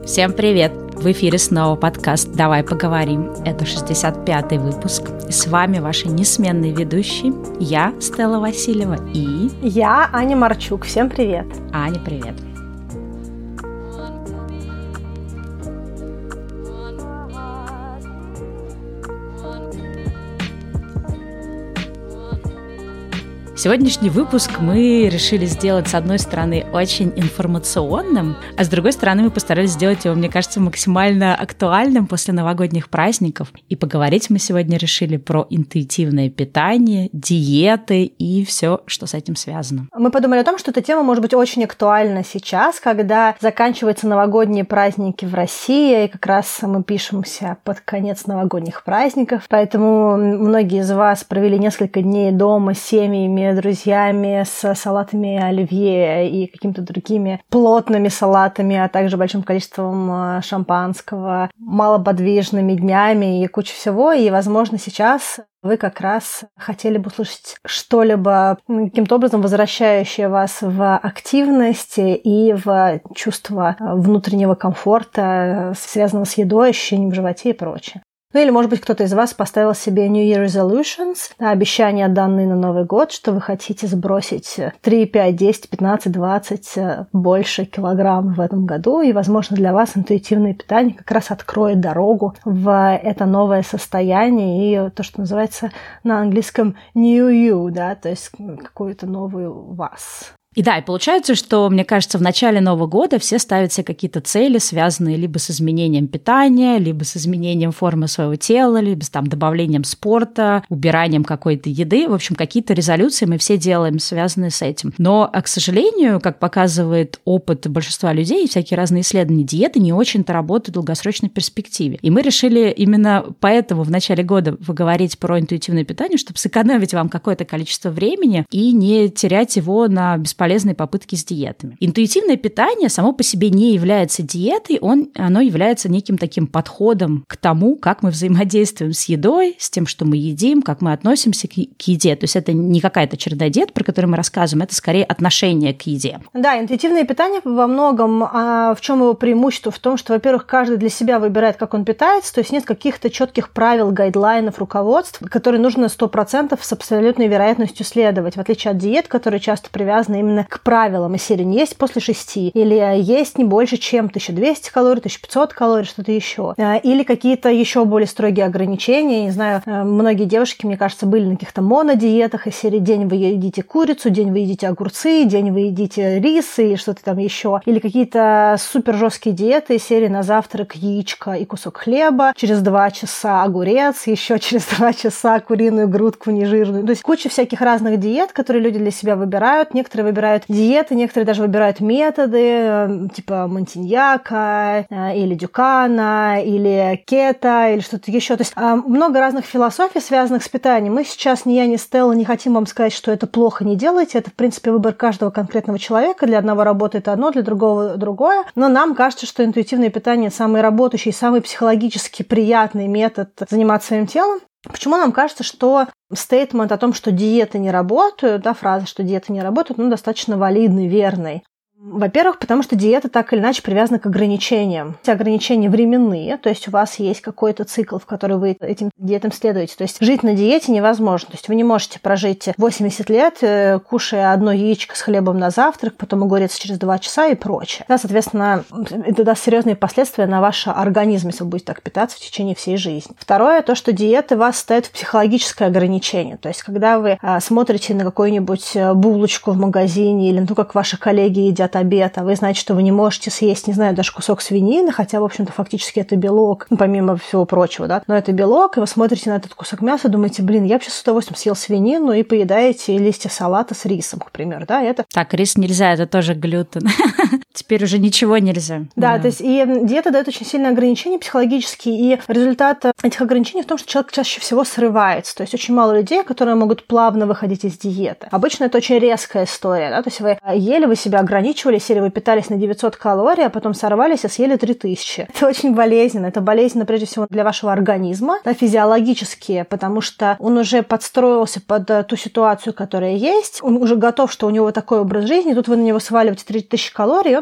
Всем привет! В эфире снова подкаст «Давай поговорим». Это 65-й выпуск. И с вами ваши несменные ведущие. Я, Стелла Васильева, и... Я, Аня Марчук. Всем привет! Аня, привет! Сегодняшний выпуск мы решили сделать, с одной стороны, очень информационным, а с другой стороны, мы постарались сделать его, мне кажется, максимально актуальным после новогодних праздников. И поговорить мы сегодня решили про интуитивное питание, диеты и все, что с этим связано. Мы подумали о том, что эта тема может быть очень актуальна сейчас, когда заканчиваются новогодние праздники в России, и как раз мы пишемся под конец новогодних праздников, поэтому многие из вас провели несколько дней дома с семьями, друзьями, с салатами оливье и какими-то другими плотными салатами, а также большим количеством шампанского, малоподвижными днями и куча всего. И, возможно, сейчас вы как раз хотели бы услышать что-либо каким-то образом возвращающее вас в активность и в чувство внутреннего комфорта, связанного с едой, ощущением в животе и прочее. Ну или, может быть, кто-то из вас поставил себе New Year Resolutions, обещания, данные на Новый год, что вы хотите сбросить 3, 5, 10, 15, 20 больше килограмм в этом году. И, возможно, для вас интуитивное питание как раз откроет дорогу в это новое состояние и то, что называется на английском New You, да, то есть какую-то новую вас. И да, и получается, что, мне кажется, в начале Нового года все ставят себе какие-то цели, связанные либо с изменением питания, либо с изменением формы своего тела, либо с добавлением спорта, убиранием какой-то еды. В общем, какие-то резолюции мы все делаем, связанные с этим. Но, к сожалению, как показывает опыт большинства людей, всякие разные исследования, диеты не очень-то работают в долгосрочной перспективе. И мы решили именно поэтому в начале года поговорить про интуитивное питание, чтобы сэкономить вам какое-то количество времени и не терять его на бесполезные попытки с диетами. Интуитивное питание само по себе не является диетой, оно является неким таким подходом к тому, как мы взаимодействуем с едой, с тем, что мы едим, как мы относимся к еде. То есть это не какая-то череда диет, про которую мы рассказываем, это скорее отношение к еде. Да, интуитивное питание во многом, в чем его преимущество? В том, что, во-первых, каждый для себя выбирает, как он питается, то есть нет каких-то четких правил, гайдлайнов, руководств, которые нужно 100% с абсолютной вероятностью следовать, в отличие от диет, которые часто привязаны именно к правилам из серии не есть после 6, или есть не больше, чем 1200 калорий, 1500 калорий, что-то еще. Или какие-то еще более строгие ограничения. Не знаю, многие девушки, мне кажется, были на каких-то монодиетах из серии день вы едите курицу, день вы едите огурцы, день вы едите рис или что-то там еще. Или какие-то супер жесткие диеты из серии на завтрак яичко и кусок хлеба, через 2 часа огурец, еще через 2 часа куриную грудку нежирную. То есть куча всяких разных диет, которые люди для себя выбирают. Некоторые выбирают диеты, некоторые даже выбирают методы, типа Монтиньяка, или Дюкана, или кето, или что-то еще. То есть много разных философий, связанных с питанием. Мы сейчас, ни я, ни Стелла, не хотим вам сказать, что это плохо, не делайте. Это, в принципе, выбор каждого конкретного человека. Для одного работает одно, для другого другое. Но нам кажется, что интуитивное питание самый работающий, самый психологически приятный метод заниматься своим телом. Почему нам кажется, что стейтмент о том, что диеты не работают, фраза, что диеты не работают, достаточно валидный, верный? Во-первых, потому что диета так или иначе привязана к ограничениям. Эти ограничения временные, то есть у вас есть какой-то цикл, в который вы этим диетам следуете. То есть жить на диете невозможно. То есть вы не можете прожить 80 лет, кушая одно яичко с хлебом на завтрак, потом огурец через 2 часа и прочее. Да, соответственно, это даст серьезные последствия на ваш организм, если вы будете так питаться в течение всей жизни. Второе, то, что диеты вас ставят в психологическое ограничение. То есть когда вы смотрите на какую-нибудь булочку в магазине или на то, как ваши коллеги едят обед, а вы знаете, что вы не можете съесть, не знаю, даже кусок свинины, хотя, в общем-то, фактически это белок, помимо всего прочего, да, но это белок, и вы смотрите на этот кусок мяса, думаете, я вообще с удовольствием съел свинину, и поедаете листья салата с рисом, к примеру, да, это... Так, рис нельзя, это тоже глютен. Теперь уже ничего нельзя. Да, то есть и диета дает очень сильные ограничения психологические, и результат этих ограничений в том, что человек чаще всего срывается, то есть очень мало людей, которые могут плавно выходить из диеты. Обычно это очень резкая история, да, то есть вы ели, вы себя ограничивали, или вы питались на 900 калорий, а потом сорвались и съели 3000. Это очень болезненно. Это болезненно, прежде всего, для вашего организма, да, физиологически, потому что он уже подстроился под ту ситуацию, которая есть. Он уже готов, что у него такой образ жизни. Тут вы на него сваливаете 3000 калорий, и он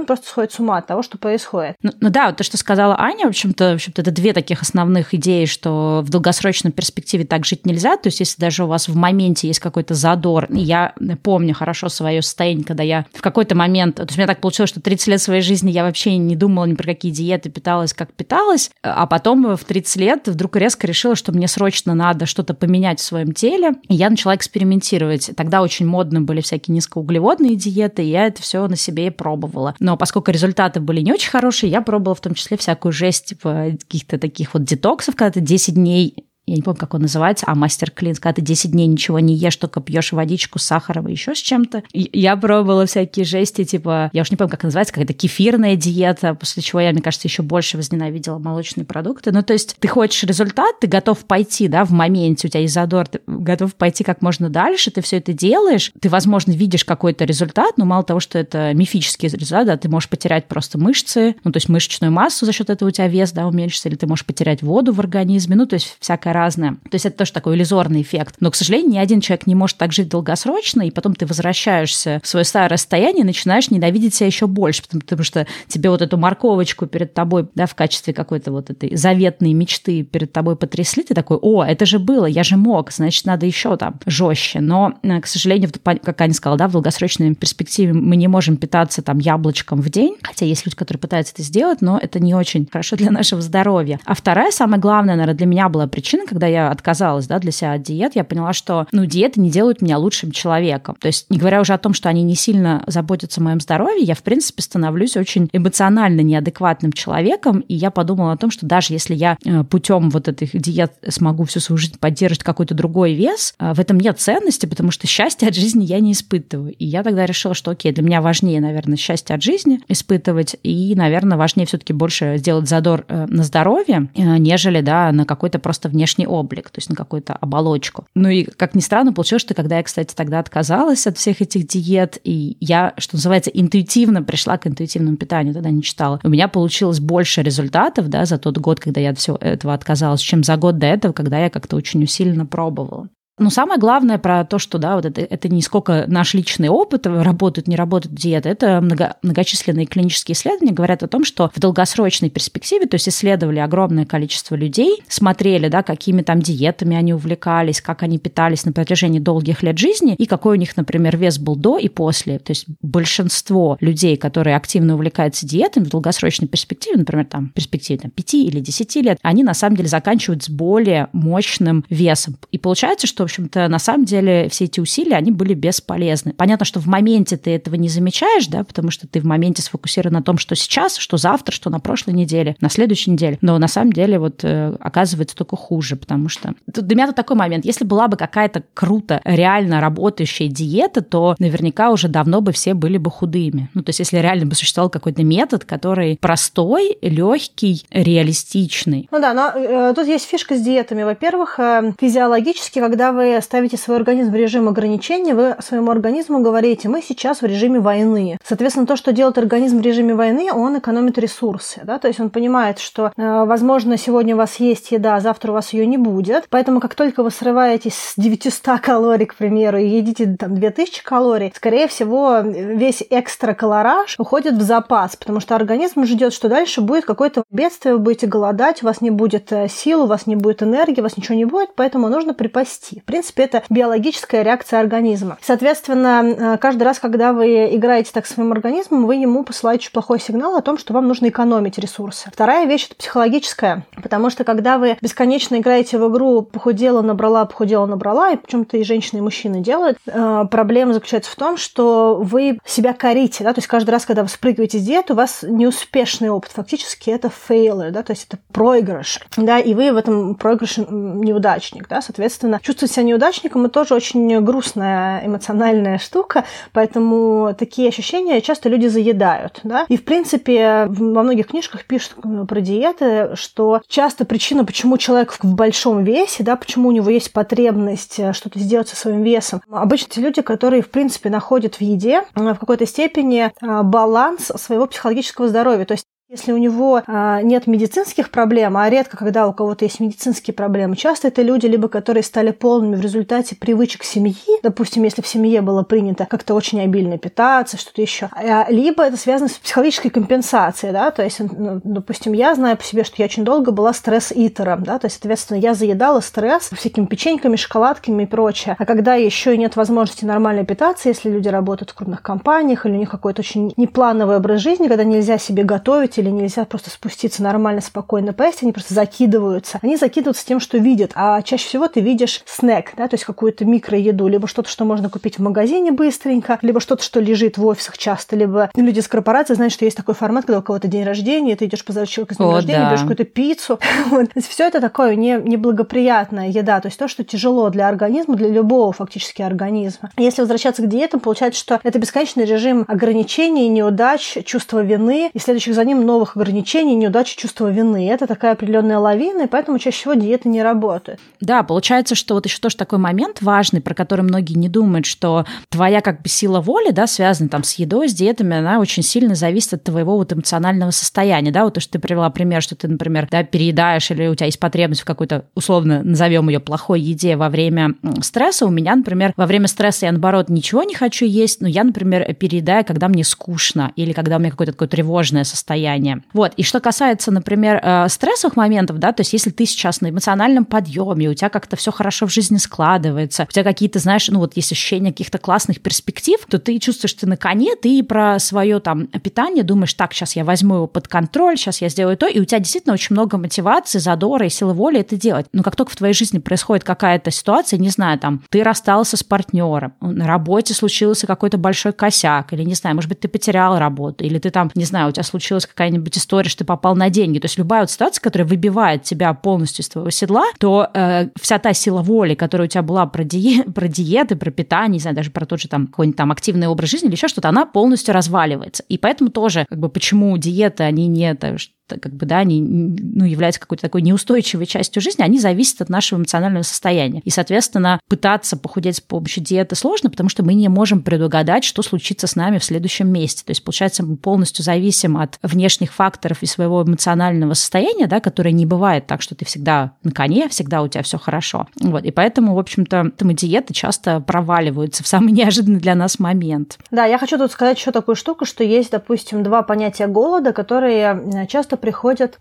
просто сходит с ума от того, что происходит. Ну да, вот то, что сказала Аня, в общем-то, это две таких основных идеи, что в долгосрочной перспективе так жить нельзя. То есть если даже у вас в моменте есть какой-то задор, и я помню хорошо свое состояние, когда я в какой-то момент, то есть у меня так получилось, что 30 лет своей жизни я вообще не думала ни про какие диеты, питалась, как питалась, а потом в 30 лет вдруг резко решила, что мне срочно надо что-то поменять в своем теле, и я начала экспериментировать. Тогда очень модны были всякие низкоуглеводные диеты, и я это все на себе и пробовала. Но поскольку результаты были не очень хорошие, я пробовала в том числе всякую жесть, типа каких-то таких вот детоксов, когда ты 10 дней, я не помню, как он называется, мастер клинс, когда ты 10 дней ничего не ешь, только пьешь водичку с сахаром и еще с чем-то. И я пробовала всякие жести, типа, я уж не помню, как называется, какая-то кефирная диета, после чего я, мне кажется, еще больше возненавидела молочные продукты. Ну, то есть ты хочешь результат, ты готов пойти, да, в моменте, у тебя есть задор, ты готов пойти как можно дальше, ты все это делаешь, ты, возможно, видишь какой-то результат, но мало того, что это мифический результат, да, ты можешь потерять просто мышцы, ну, то есть мышечную массу, за счет этого у тебя вес, да, уменьшится, или ты можешь потерять воду в организме, ну, то есть всякое разное. То есть это тоже такой иллюзорный эффект. Но, к сожалению, ни один человек не может так жить долгосрочно, и потом ты возвращаешься в свое старое состояние и начинаешь ненавидеть себя еще больше, потому что тебе вот эту морковочку перед тобой, да, в качестве какой-то вот этой заветной мечты перед тобой потрясли, ты такой: о, это же было, я же мог, значит, надо еще там жестче. Но, к сожалению, как Аня сказала, да, в долгосрочной перспективе мы не можем питаться там яблочком в день, хотя есть люди, которые пытаются это сделать, но это не очень хорошо для нашего здоровья. А вторая, самая главная, наверное, для меня была причина, когда я отказалась, да, для себя от диет, я поняла, что, диеты не делают меня лучшим человеком. То есть, не говоря уже о том, что они не сильно заботятся о моем здоровье, я, в принципе, становлюсь очень эмоционально неадекватным человеком, и я подумала о том, что даже если я путем вот этих диет смогу всю свою жизнь поддерживать какой-то другой вес, в этом нет ценности, потому что счастья от жизни я не испытываю. И я тогда решила, что окей, для меня важнее, наверное, счастье от жизни испытывать, и, наверное, важнее все-таки больше сделать задор на здоровье, нежели, да, на какой-то просто внешний облик, то есть на какую-то оболочку. Ну и, как ни странно, получилось, что когда я, кстати, тогда отказалась от всех этих диет, и я, что называется, интуитивно пришла к интуитивному питанию, тогда не читала, у меня получилось больше результатов, да, за тот год, когда я от всего этого отказалась, чем за год до этого, когда я как-то очень усиленно пробовала. Но самое главное про то, что, да, вот это не сколько наш личный опыт, работают, не работают диеты, это многочисленные клинические исследования говорят о том, что в долгосрочной перспективе, то есть исследовали огромное количество людей, смотрели, да, какими там диетами они увлекались, как они питались на протяжении долгих лет жизни и какой у них, например, вес был до и после. То есть большинство людей, которые активно увлекаются диетами в долгосрочной перспективе, например, там, в перспективе 5 или 10 лет, они на самом деле заканчивают с более мощным весом. И получается, что в общем-то, на самом деле все эти усилия, они были бесполезны. Понятно, что в моменте ты этого не замечаешь, да, потому что ты в моменте сфокусирован на том, что сейчас, что завтра, что на прошлой неделе, на следующей неделе. Но на самом деле вот оказывается только хуже, потому что... Для меня тут такой момент. Если была бы какая-то круто реально работающая диета, то наверняка уже давно бы все были бы худыми. Ну, то есть если реально бы существовал какой-то метод, который простой, легкий, реалистичный. Ну да, но тут есть фишка с диетами. Во-первых, физиологически, когда вы ставите свой организм в режим ограничения, вы своему организму говорите: мы сейчас в режиме войны. Соответственно, то, что делает организм в режиме войны, он экономит ресурсы. Да? То есть он понимает, что, возможно, сегодня у вас есть еда, а завтра у вас ее не будет. Поэтому, как только вы срываетесь с 900 калорий, к примеру, и едите там 2000 калорий, скорее всего, весь экстра калораж уходит в запас, потому что организм ждет, что дальше будет какое-то бедствие, вы будете голодать, у вас не будет сил, у вас не будет энергии, у вас ничего не будет, поэтому нужно припасти. В принципе, это биологическая реакция организма. Соответственно, каждый раз, когда вы играете так с своим организмом, вы ему посылаете очень плохой сигнал о том, что вам нужно экономить ресурсы. Вторая вещь – это психологическая, потому что когда вы бесконечно играете в игру «похудела, набрала», и почему-то и женщины, и мужчины делают, проблема заключается в том, что вы себя корите, да, то есть каждый раз, когда вы спрыгиваете с диеты, у вас неуспешный опыт, фактически это failure, да, то есть это проигрыш, да, и вы в этом проигрыше неудачник, да, соответственно, чувствовать себя неудачником – это тоже очень грустная эмоциональная штука, поэтому такие ощущения часто люди заедают, да, и в принципе во многих книжках пишут про диеты, что часто причина, почему человек в большом весе, да, почему у него есть потребность что-то сделать со своим весом, обычно те люди, которые в принципе находят в еде в какой-то степени баланс своего психологического здоровья, то есть Если у него нет медицинских проблем, а редко, когда у кого-то есть медицинские проблемы, часто это люди, либо которые стали полными в результате привычек семьи, допустим, если в семье было принято как-то очень обильно питаться, что-то еще, либо это связано с психологической компенсацией, да, то есть, допустим, я знаю по себе, что я очень долго была стресс-итером, да, то есть, соответственно, я заедала стресс всякими печеньками, шоколадками и прочее. А когда еще и нет возможности нормально питаться, если люди работают в крупных компаниях или у них какой-то очень неплановый образ жизни, когда нельзя себе готовить или нельзя просто спуститься нормально, спокойно поесть, они просто закидываются. Они закидываются тем, что видят. А чаще всего ты видишь снэк, да, то есть какую-то микроеду, либо что-то, что можно купить в магазине быстренько, либо что-то, что лежит в офисах часто, либо люди из корпорации знают, что есть такой формат, когда у кого-то день рождения, и ты идешь поздравить человека с днем рождения, берешь какую-то пиццу. Вот. Все это такое неблагоприятная еда, то есть то, что тяжело для организма, для любого фактически организма. Если возвращаться к диетам, получается, что это бесконечный режим ограничений, неудач, чувства вины, и следующих за ним новых ограничений, неудач, чувства вины. Это такая определенная лавина, и поэтому чаще всего диеты не работают. Да, получается, что вот еще тоже такой момент важный, про который многие не думают, что твоя как бы сила воли, да, связана там с едой, с диетами, она очень сильно зависит от твоего вот эмоционального состояния, да, вот то, что ты привела пример, что ты, например, да, переедаешь или у тебя есть потребность в какой-то, условно назовем ее плохой еде во время стресса. У меня, например, во время стресса я, наоборот, ничего не хочу есть, но я, например, переедаю, когда мне скучно или когда у меня какое-то такое тревожное состояние. Вот. И что касается, например, стрессовых моментов, да, то есть если ты сейчас на эмоциональном подъеме, у тебя как-то все хорошо в жизни складывается, у тебя какие-то, знаешь, ну вот есть ощущение каких-то классных перспектив, то ты чувствуешь, что ты на коне, ты про свое там питание думаешь, так, сейчас я возьму его под контроль, сейчас я сделаю то, и у тебя действительно очень много мотивации, задора и силы воли это делать. Но как только в твоей жизни происходит какая-то ситуация, не знаю, там, ты расстался с партнером, на работе случился какой-то большой косяк, или, не знаю, может быть, ты потерял работу, или ты там, не знаю, у тебя случилась какая-нибудь история, что ты попал на деньги. То есть любая вот ситуация, которая выбивает тебя полностью из твоего седла, то вся та сила воли, которая у тебя была про диеты, про питание, не знаю, даже про тот же там какой-нибудь там активный образ жизни или еще что-то, она полностью разваливается. И поэтому тоже, как бы, почему диеты, они не как бы, да, они, ну, являются какой-то такой неустойчивой частью жизни, они зависят от нашего эмоционального состояния. И, соответственно, пытаться похудеть с помощью диеты сложно, потому что мы не можем предугадать, что случится с нами в следующем месяце. То есть, получается, мы полностью зависим от внешних факторов и своего эмоционального состояния, да, которое не бывает так, что ты всегда на коне, всегда у тебя все хорошо. Вот. И поэтому, в общем-то, диеты часто проваливаются в самый неожиданный для нас момент. Да, я хочу тут сказать еще такую штуку, что есть, допустим, два понятия голода, которые часто приходят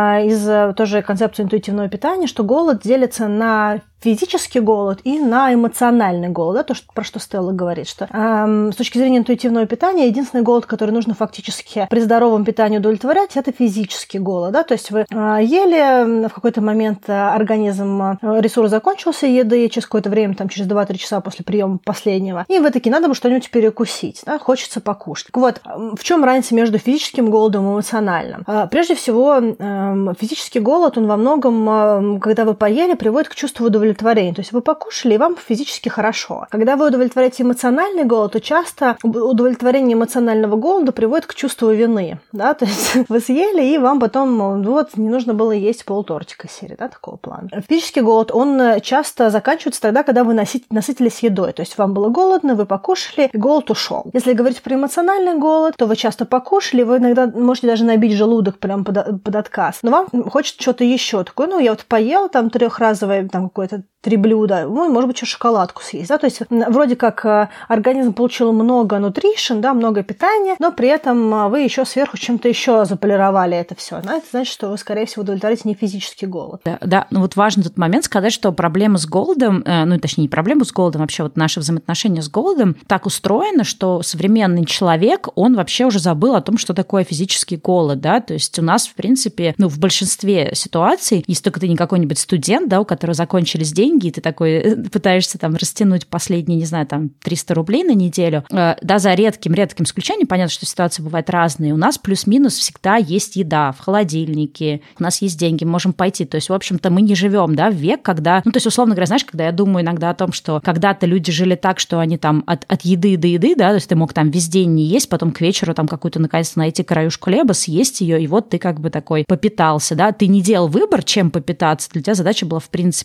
из тоже концепции интуитивного питания, что голод делится на физический голод и на эмоциональный голод, да, то, про что Стелла говорит, что с точки зрения интуитивного питания единственный голод, который нужно фактически при здоровом питании удовлетворять, это физический голод, да, то есть вы ели, в какой-то момент организм, ресурс закончился еды, через какое-то время, там, через 2-3 часа после приема последнего, и вы такие, надо бы что-нибудь перекусить, да, хочется покушать. Вот, в чем разница между физическим голодом и эмоциональным? Прежде всего, физический голод, он во многом, когда вы поели, приводит к чувству удовлетворения. То есть вы покушали, и вам физически хорошо. Когда вы удовлетворяете эмоциональный голод, то часто удовлетворение эмоционального голода приводит к чувству вины. Да? То есть вы съели, и вам потом вот не нужно было есть полтортика серии, да, такого плана. Физический голод, он часто заканчивается тогда, когда вы насытились едой. То есть вам было голодно, вы покушали, и голод ушел. Если говорить про эмоциональный голод, то вы часто покушали, вы иногда можете даже набить желудок прям под отказ. Но вам хочется что-то еще. Такое, ну, я вот поела там трехразовое там какое-то 3 блюда, ну, может быть, еще шоколадку съесть, да, то есть вроде как организм получил много нутришн, да, много питания, но при этом вы еще сверху чем-то еще заполировали это все. Да? Это значит, что вы, скорее всего, удовлетворите не физический голод. Да, ну вот важно тут момент сказать, что проблема с голодом, ну, точнее, не проблема с голодом, вообще вот наши взаимоотношения с голодом так устроено, что современный человек, он вообще уже забыл о том, что такое физический голод, да, то есть у нас, в принципе, ну, в большинстве ситуаций, если только ты не какой-нибудь студент, да, у которого закончились деньги, и ты такой пытаешься там растянуть последние, не знаю, там 300 рублей на неделю, да, за редким исключением, понятно, что ситуации бывают разные, у нас плюс-минус всегда есть еда в холодильнике, у нас есть деньги, мы можем пойти, то есть, в общем-то, мы не живем, да, в век, когда, ну, то есть, условно говоря, знаешь, когда я думаю иногда о том, что когда-то люди жили так, что они там от еды до еды, да, то есть ты мог там весь день не есть, потом к вечеру там какую-то наконец-то найти краюшку хлеба, съесть ее, и вот ты как бы такой попитался, да, ты не делал выбор, чем попитаться, для тебя задача была, в принципе, да, удовлетворить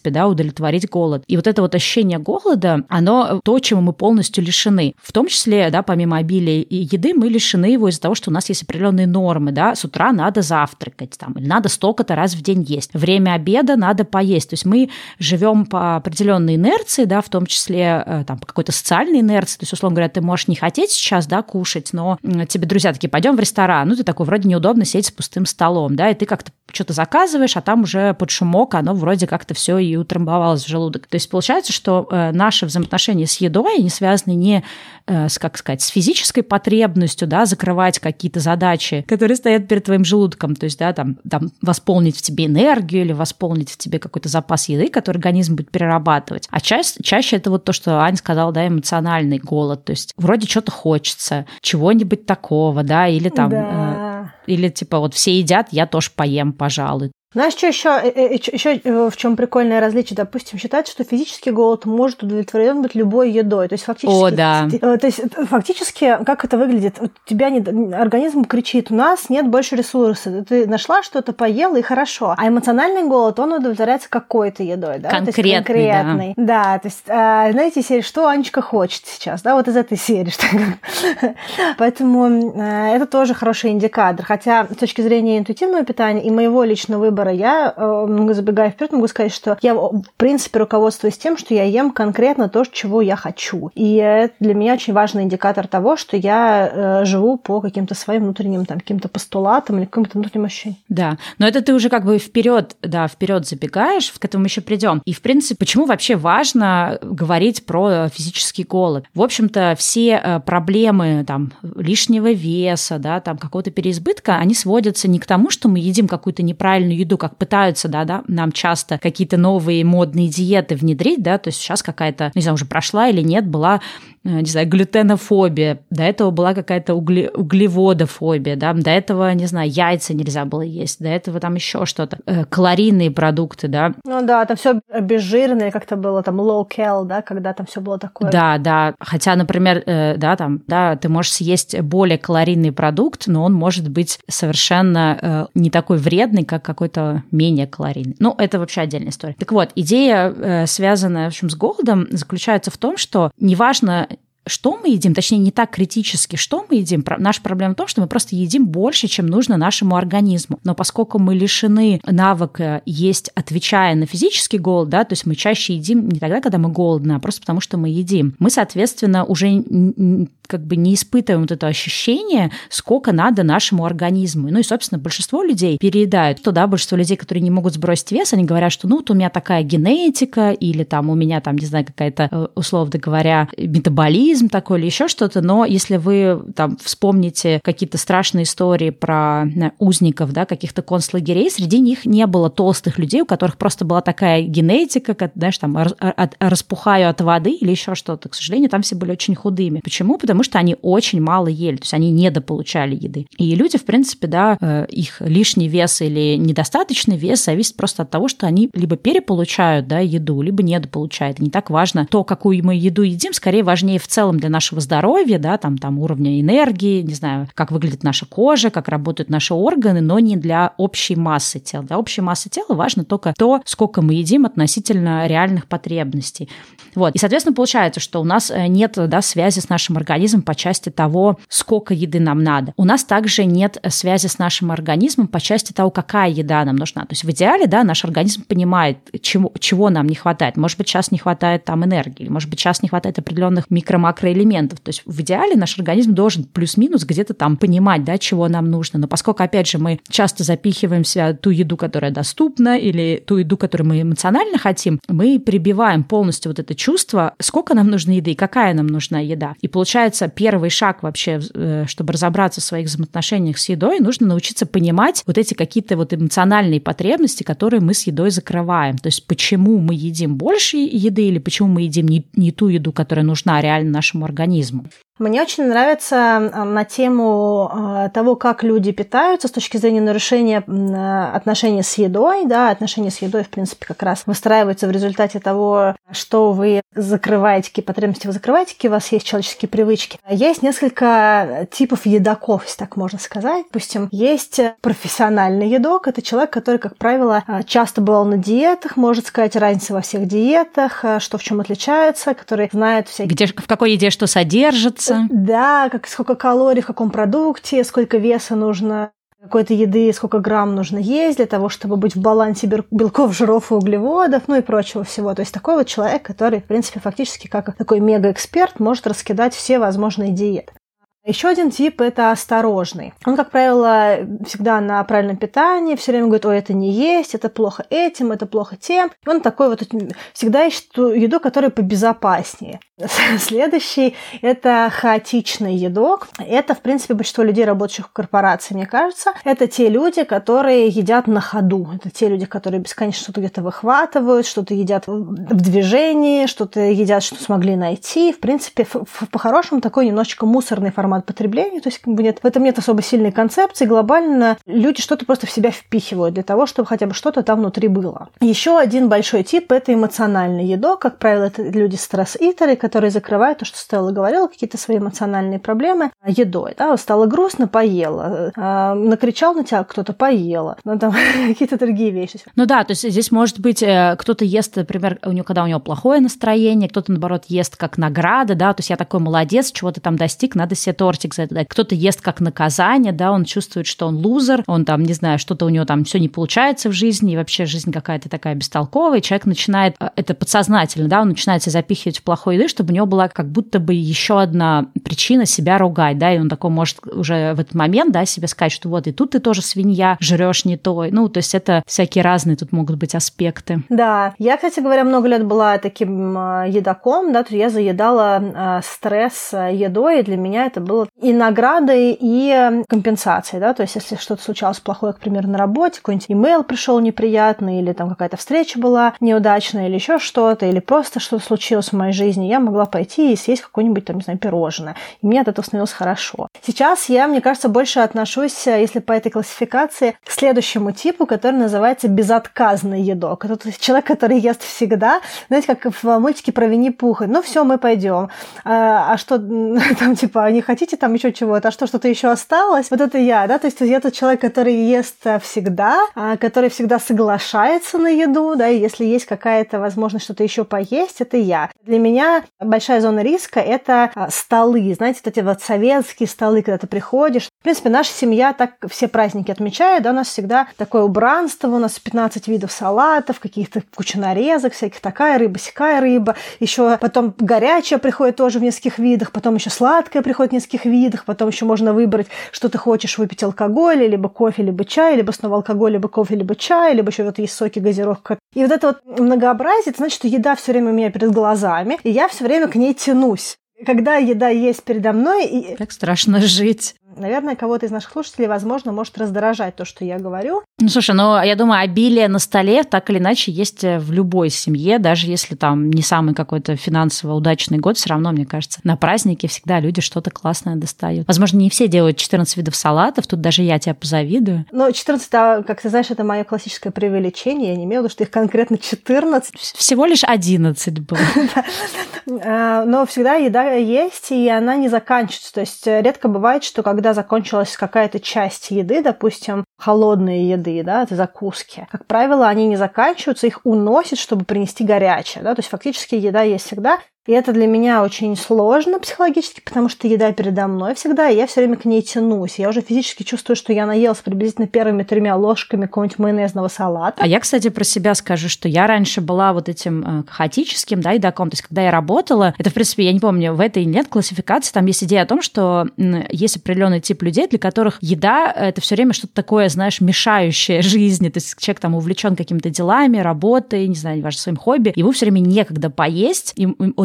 удовлетворить голод. И вот это вот ощущение голода, оно то, чему мы полностью лишены. В том числе, да, помимо обилия и еды, мы лишены его из-за того, что у нас есть определенные нормы, да, с утра надо завтракать, там, или надо столько-то раз в день есть. Время обеда надо поесть. То есть мы живем по определенной инерции, да, в том числе там, по какой-то социальной инерции. То есть, условно говоря, ты можешь не хотеть сейчас, да, кушать, но тебе друзья такие, пойдем в ресторан. Ну, ты такой, вроде неудобно сидеть с пустым столом, да, и ты как-то что-то заказываешь, а там уже под шумок оно вроде как-то все и утрамбовалось в желудок. То есть получается, что наши взаимоотношения с едой, они связаны не с, как сказать, с физической потребностью, да, закрывать какие-то задачи, которые стоят перед твоим желудком, то есть, да, там восполнить в тебе энергию или восполнить в тебе какой-то запас еды, который организм будет перерабатывать. А чаще это вот то, что Аня сказала, да, эмоциональный голод, то есть вроде что-то хочется, чего-нибудь такого, да, или там... Да. Или типа вот все едят, я тоже поем, пожалуй. Знаешь, что еще в чем прикольное различие? Допустим, считается, что физический голод может удовлетворен быть любой едой. То есть фактически, фактически, как это выглядит? У тебя организм кричит: у нас нет больше ресурсов. Ты нашла что-то, поела, и хорошо. А эмоциональный голод, он удовлетворяется какой-то едой, да? Конкретный. Да, то есть, знаете, серия, что Анечка хочет сейчас, да, вот из этой серии. Поэтому это тоже хороший индикатор. Хотя с точки зрения интуитивного питания и моего личного выбора, я, забегая вперед, могу сказать, что я, в принципе, руководствуюсь тем, что я ем конкретно то, чего я хочу. И это для меня очень важный индикатор того, что я живу по каким-то своим внутренним, там, каким-то постулатам или каким-то внутренним ощущениям. Да, но это ты уже как бы вперед забегаешь, к этому еще придем. И, в принципе, почему вообще важно говорить про физический голод? В общем-то, все проблемы там, лишнего веса, да, там, какого-то переизбытка, они сводятся не к тому, что мы едим какую-то неправильную еду, как пытаются, да, нам часто какие-то новые модные диеты внедрить, да, то есть сейчас какая-то, не знаю, уже прошла или нет, была, не знаю, глютенофобия, до этого была какая-то углеводофобия, да, до этого, не знаю, яйца нельзя было есть, до этого там еще что-то, калорийные продукты, да. Ну да, там все безжирное, как-то было там low cal, да, когда там все было такое. Да, хотя, например, ты можешь съесть более калорийный продукт, но он может быть совершенно не такой вредный, как какой-то менее калорийный. Ну, это вообще отдельная история. Так вот, идея, связанная, в общем, с голодом, заключается в том, что неважно, что мы едим, точнее, не так критически, что мы едим. Наша проблема в том, что мы просто едим больше, чем нужно нашему организму. Но поскольку мы лишены навыка есть, отвечая на физический голод, да, то есть мы чаще едим не тогда, когда мы голодны, а просто потому, что мы едим. Мы, соответственно, уже как бы не испытываем вот это ощущение, сколько надо нашему организму. Ну и, собственно, большинство людей переедают. То, да, большинство людей, которые не могут сбросить вес, они говорят, что, ну, вот у меня такая генетика, или там у меня, там, не знаю, какая-то, условно говоря, метаболизм такой или еще что-то, но если вы там вспомните какие-то страшные истории про узников, да, каких-то концлагерей, среди них не было толстых людей, у которых просто была такая генетика, как, знаешь, там, распухаю от воды или еще что-то. К сожалению, там все были очень худыми. Почему? Потому что они очень мало ели, то есть они недополучали еды. И люди, в принципе, да, их лишний вес или недостаточный вес зависит просто от того, что они либо переполучают, да, еду, либо недополучают. И не так важно то, какую мы еду едим, скорее важнее в целом для нашего здоровья, да, там уровня энергии, не знаю, как выглядит наша кожа, как работают наши органы, но не для общей массы тела. Для общей массы тела важно только то, сколько мы едим относительно реальных потребностей. Вот. И, соответственно, получается, что у нас нет, да, связи с нашим организмом по части того, сколько еды нам надо. У нас также нет связи с нашим организмом по части того, какая еда нам нужна. То есть в идеале, да, наш организм понимает, чего нам не хватает. Может быть, сейчас не хватает там энергии, может быть, сейчас не хватает определенных макроэлементов. То есть в идеале наш организм должен плюс-минус где-то там понимать, да, чего нам нужно. Но поскольку, опять же, мы часто запихиваем в себя ту еду, которая доступна, или ту еду, которую мы эмоционально хотим, мы прибиваем полностью вот это чувство, сколько нам нужно еды и какая нам нужна еда. И получается, первый шаг вообще, чтобы разобраться в своих взаимоотношениях с едой, нужно научиться понимать вот эти какие-то вот эмоциональные потребности, которые мы с едой закрываем. То есть почему мы едим больше еды или почему мы едим не ту еду, которая нужна реально нашему организму. Мне очень нравится на тему того, как люди питаются с точки зрения нарушения отношений с едой. Да, отношения с едой, в принципе, как раз выстраиваются в результате того, что вы закрываете, какие потребности вы закрываете, какие у вас есть человеческие привычки. Есть несколько типов едоков, если так можно сказать. Допустим, есть профессиональный едок. Это человек, который, как правило, часто бывал на диетах, может сказать разницу во всех диетах, что в чем отличается, который знает всякие... В какой еде что содержится. Да, сколько калорий в каком продукте, сколько веса нужно какой-то еды, сколько грамм нужно есть для того, чтобы быть в балансе белков, жиров и углеводов, ну и прочего всего. То есть такой вот человек, который, в принципе, фактически как такой мегаэксперт может раскидать все возможные диеты. Еще один тип – это осторожный. Он, как правило, всегда на правильном питании, все время говорит: ой, это не есть, это плохо этим, это плохо тем. И он такой вот всегда ищет ту еду, которая побезопаснее. Следующий – это хаотичный едок. Это, в принципе, большинство людей, работающих в корпорации, мне кажется. Это те люди, которые едят на ходу. Это те люди, которые бесконечно что-то где-то выхватывают, что-то едят в движении, что-то едят, что смогли найти. В принципе, по-хорошему, такой немножечко мусорный формат потребления, то есть в этом нет особо сильной концепции. Глобально люди что-то просто в себя впихивают для того, чтобы хотя бы что-то там внутри было. Еще один большой тип – это эмоциональный едок. Как правило, это люди стресс-итеры, которые закрывают то, что Стелла говорила, какие-то свои эмоциональные проблемы едой. Да? Стало грустно – поела. Накричал на тебя кто-то – поела. Ну, там какие-то другие вещи. Ну да, то есть здесь может быть кто-то ест, например, когда у него плохое настроение, кто-то, наоборот, ест как награда, да, то есть я такой молодец, чего-то там достиг, надо себе тортик за это дать. Кто-то ест как наказание, да, он чувствует, что он лузер, он там, не знаю, что-то у него там все не получается в жизни, и вообще жизнь какая-то такая бестолковая, и человек начинает, это подсознательно, да, он начинает себя запихивать в плохой еды, чтобы у него была как будто бы еще одна причина себя ругать, да, и он такой может уже в этот момент, да, себе сказать, что вот и тут ты тоже свинья, жрешь не то, ну, то есть это всякие разные тут могут быть аспекты. Да, я, кстати говоря, много лет была таким едоком, да, то я заедала стресс едой, и для меня это было и наградой, и компенсацией, да, то есть если что-то случалось плохое, к примеру, на работе, какой-нибудь имейл пришел неприятный, или там какая-то встреча была неудачная, или еще что-то, или просто что-то случилось в моей жизни, я могла пойти и съесть какое-нибудь там, не знаю, пирожное, и мне от этого становилось хорошо. Сейчас я, мне кажется, больше отношусь, если по этой классификации, к следующему типу, который называется безотказный едок. Это человек, который ест всегда, знаете, как в мультике про Винни-Пуха. Ну все, мы пойдем. А что там, типа, не хотите там еще чего-то, а что-то еще осталось? Вот это я, да, то есть я тот человек, который ест всегда, который всегда соглашается на еду, да, и если есть какая-то возможность что-то еще поесть, это я. Для меня большая зона риска – это столы, знаете, вот эти вот советские столы, когда ты приходишь. В принципе, наша семья так все праздники отмечает, да, у нас всегда такое убранство, у нас 15 видов салатов, каких-то куча нарезок всяких, такая рыба, сякая рыба, еще потом горячее приходит тоже в нескольких видах, потом еще сладкое приходит в нескольких видах, потом еще можно выбрать, что ты хочешь выпить: алкоголь, либо кофе, либо чай, либо снова алкоголь, либо кофе, либо чай, либо еще вот есть соки, газировка. И вот это вот многообразие, это значит, что еда все время у меня перед глазами, и я все время к ней тянусь. Когда еда есть передо мной... Как страшно жить. Наверное, кого-то из наших слушателей, возможно, может раздражать то, что я говорю. Ну, слушай, я думаю, обилие на столе так или иначе есть в любой семье, даже если там не самый какой-то финансово удачный год, все равно, мне кажется, на празднике всегда люди что-то классное достают. Возможно, не все делают 14 видов салатов, тут даже я тебя позавидую. Но 14, как ты знаешь, это мое классическое преувеличение, я не имела в виду, что их конкретно 14. Всего лишь 11 было. Но всегда еда есть, и она не заканчивается. То есть редко бывает, что когда закончилась какая-то часть еды, допустим, холодные еды, да, это закуски, как правило, они не заканчиваются, их уносят, чтобы принести горячее, да, то есть фактически еда есть всегда. И это для меня очень сложно психологически, потому что еда передо мной всегда, и я все время к ней тянусь. Я уже физически чувствую, что я наелась приблизительно первыми 3 ложками какого-нибудь майонезного салата. А я, кстати, про себя скажу, что я раньше была вот этим хаотическим, да, едоком. То есть, когда я работала, это, в принципе, я не помню, в этой нет классификации, там есть идея о том, что есть определенный тип людей, для которых еда – это все время что-то такое, знаешь, мешающее жизни. То есть, человек там увлечен какими-то делами, работой, не знаю, неважно, своим хобби, ему все время некогда поесть, и он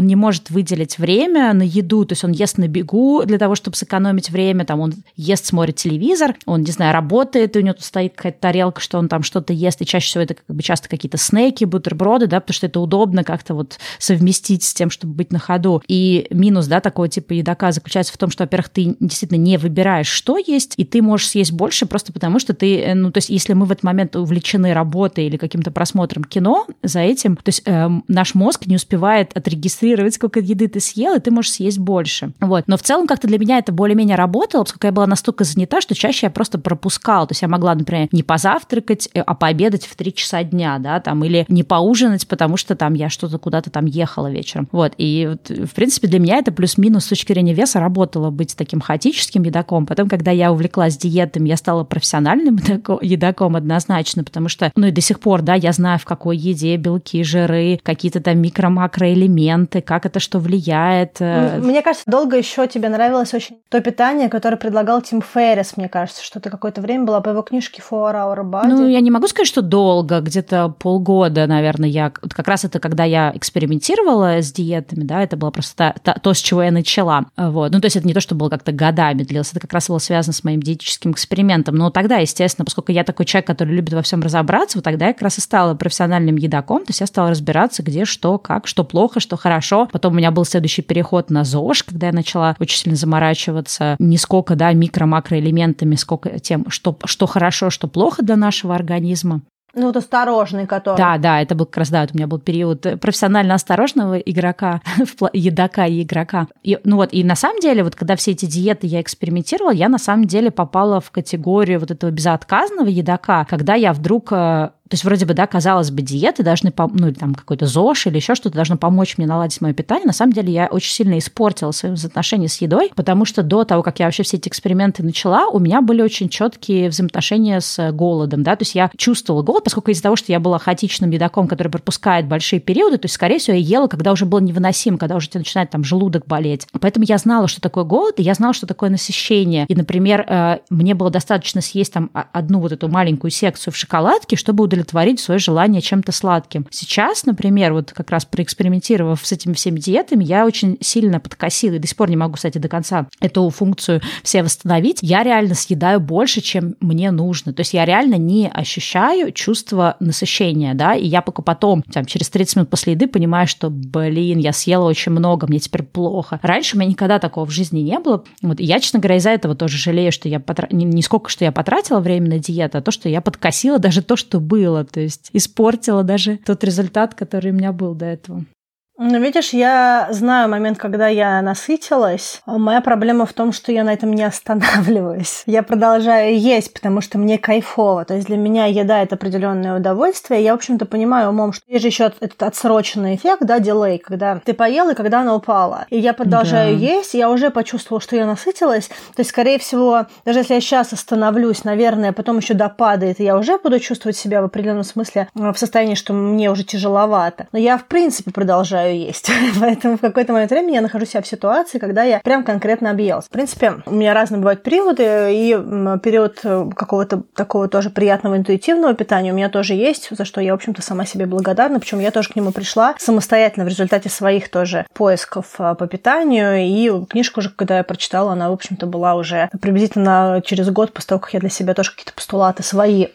он не может выделить время на еду, то есть он ест на бегу для того, чтобы сэкономить время, там он ест, смотрит телевизор, он, не знаю, работает, и у него тут стоит какая-то тарелка, что он там что-то ест, и чаще всего это как бы часто какие-то снеки, бутерброды, да, потому что это удобно как-то вот совместить с тем, чтобы быть на ходу. И минус, да, такого типа едока заключается в том, что, во-первых, ты действительно не выбираешь, что есть, и ты можешь съесть больше просто потому, что ты, ну, то есть если мы в этот момент увлечены работой или каким-то просмотром кино за этим, то есть наш мозг не успевает отрегистрировать, сколько еды ты съел, и ты можешь съесть больше. Вот. Но в целом как-то для меня это более-менее работало, поскольку я была настолько занята, что чаще я просто пропускала. То есть я могла, например, не позавтракать, а пообедать в 3 часа дня, да, там, или не поужинать, потому что там я что-то куда-то там ехала вечером. Вот. И вот, в принципе, для меня это плюс-минус с точки зрения веса работало быть таким хаотическим едоком. Потом, когда я увлеклась диетами, я стала профессиональным едоком однозначно, потому что, ну и до сих пор, да, я знаю, в какой еде белки, жиры, какие-то там микро-макроэлементы, как это что влияет. Мне кажется, долго еще тебе нравилось очень то питание, которое предлагал Тим Феррис, мне кажется, что ты какое-то время была по его книжке «4 Hour Body». Ну, я не могу сказать, что долго, где-то полгода, наверное, я... Как раз это когда я экспериментировала с диетами, да, это было просто то, с чего я начала. Вот. Ну, то есть это не то, что было как-то годами длилось, это как раз было связано с моим диетическим экспериментом. Но тогда, естественно, поскольку я такой человек, который любит во всем разобраться, вот тогда я как раз и стала профессиональным едоком, то есть я стала разбираться, где, что, как, что плохо, что хорошо. Потом у меня был следующий переход на ЗОЖ, когда я начала очень сильно заморачиваться не сколько, да, микро-макроэлементами, сколько тем, что хорошо, что плохо для нашего организма. Ну, вот осторожный, который. Да, это был как раз, да, вот у меня был период профессионально осторожного игрока, едока и игрока. И, ну вот, и на самом деле, вот когда все эти диеты я экспериментировала, я на самом деле попала в категорию вот этого безотказного едока, когда я вдруг... То есть вроде бы, да, казалось бы, диеты должны, ну, или там какой-то ЗОЖ или еще что-то должно помочь мне наладить мое питание. На самом деле я очень сильно испортила свои взаимоотношения с едой, потому что до того, как я вообще все эти эксперименты начала, у меня были очень четкие взаимоотношения с голодом, да, то есть я чувствовала голод, поскольку из-за того, что я была хаотичным едоком, который пропускает большие периоды, то есть, скорее всего, я ела, когда уже было невыносимо, когда уже тебе начинает там желудок болеть. Поэтому я знала, что такое голод, и я знала, что такое насыщение. И, например, мне было достаточно съесть там одну вот эту маленькую секцию в шоколадке, чтобы удовлетворить свое желание чем-то сладким. Сейчас, например, вот как раз проэкспериментировав с этими всеми диетами, я очень сильно подкосила, и до сих пор не могу, кстати, до конца эту функцию все восстановить. Я реально съедаю больше, чем мне нужно. То есть я реально не ощущаю чувство насыщения, да, и я пока потом, там, через 30 минут после еды понимаю, что, блин, я съела очень много, мне теперь плохо. Раньше у меня никогда такого в жизни не было. Вот, и я, честно говоря, из-за этого тоже жалею, что я не сколько, что я потратила время на диету, а то, что я подкосила даже то, что было. То есть испортила даже тот результат, который у меня был до этого. Ну, видишь, я знаю момент, когда я насытилась. Моя проблема в том, что я на этом не останавливаюсь. Я продолжаю есть, потому что мне кайфово. То есть для меня еда – это определенное удовольствие. Я, в общем-то, понимаю умом, что есть же еще этот отсроченный эффект, да, дилей, когда ты поел и когда она упала. И я продолжаю есть, и я уже почувствовала, что я насытилась. То есть, скорее всего, даже если я сейчас остановлюсь, наверное, потом еще допадает, и я уже буду чувствовать себя в определенном смысле в состоянии, что мне уже тяжеловато. Но я, в принципе, продолжаю есть. Поэтому в какой-то момент времени я нахожу себя в ситуации, когда я прям конкретно объелась. В принципе, у меня разные бывают периоды, и период какого-то такого тоже приятного интуитивного питания у меня тоже есть, за что я, в общем-то, сама себе благодарна. Причем я тоже к нему пришла самостоятельно в результате своих тоже поисков по питанию. И книжку уже, когда я прочитала, она, в общем-то, была уже приблизительно через год после того, как я для себя тоже какие-то постулаты свои,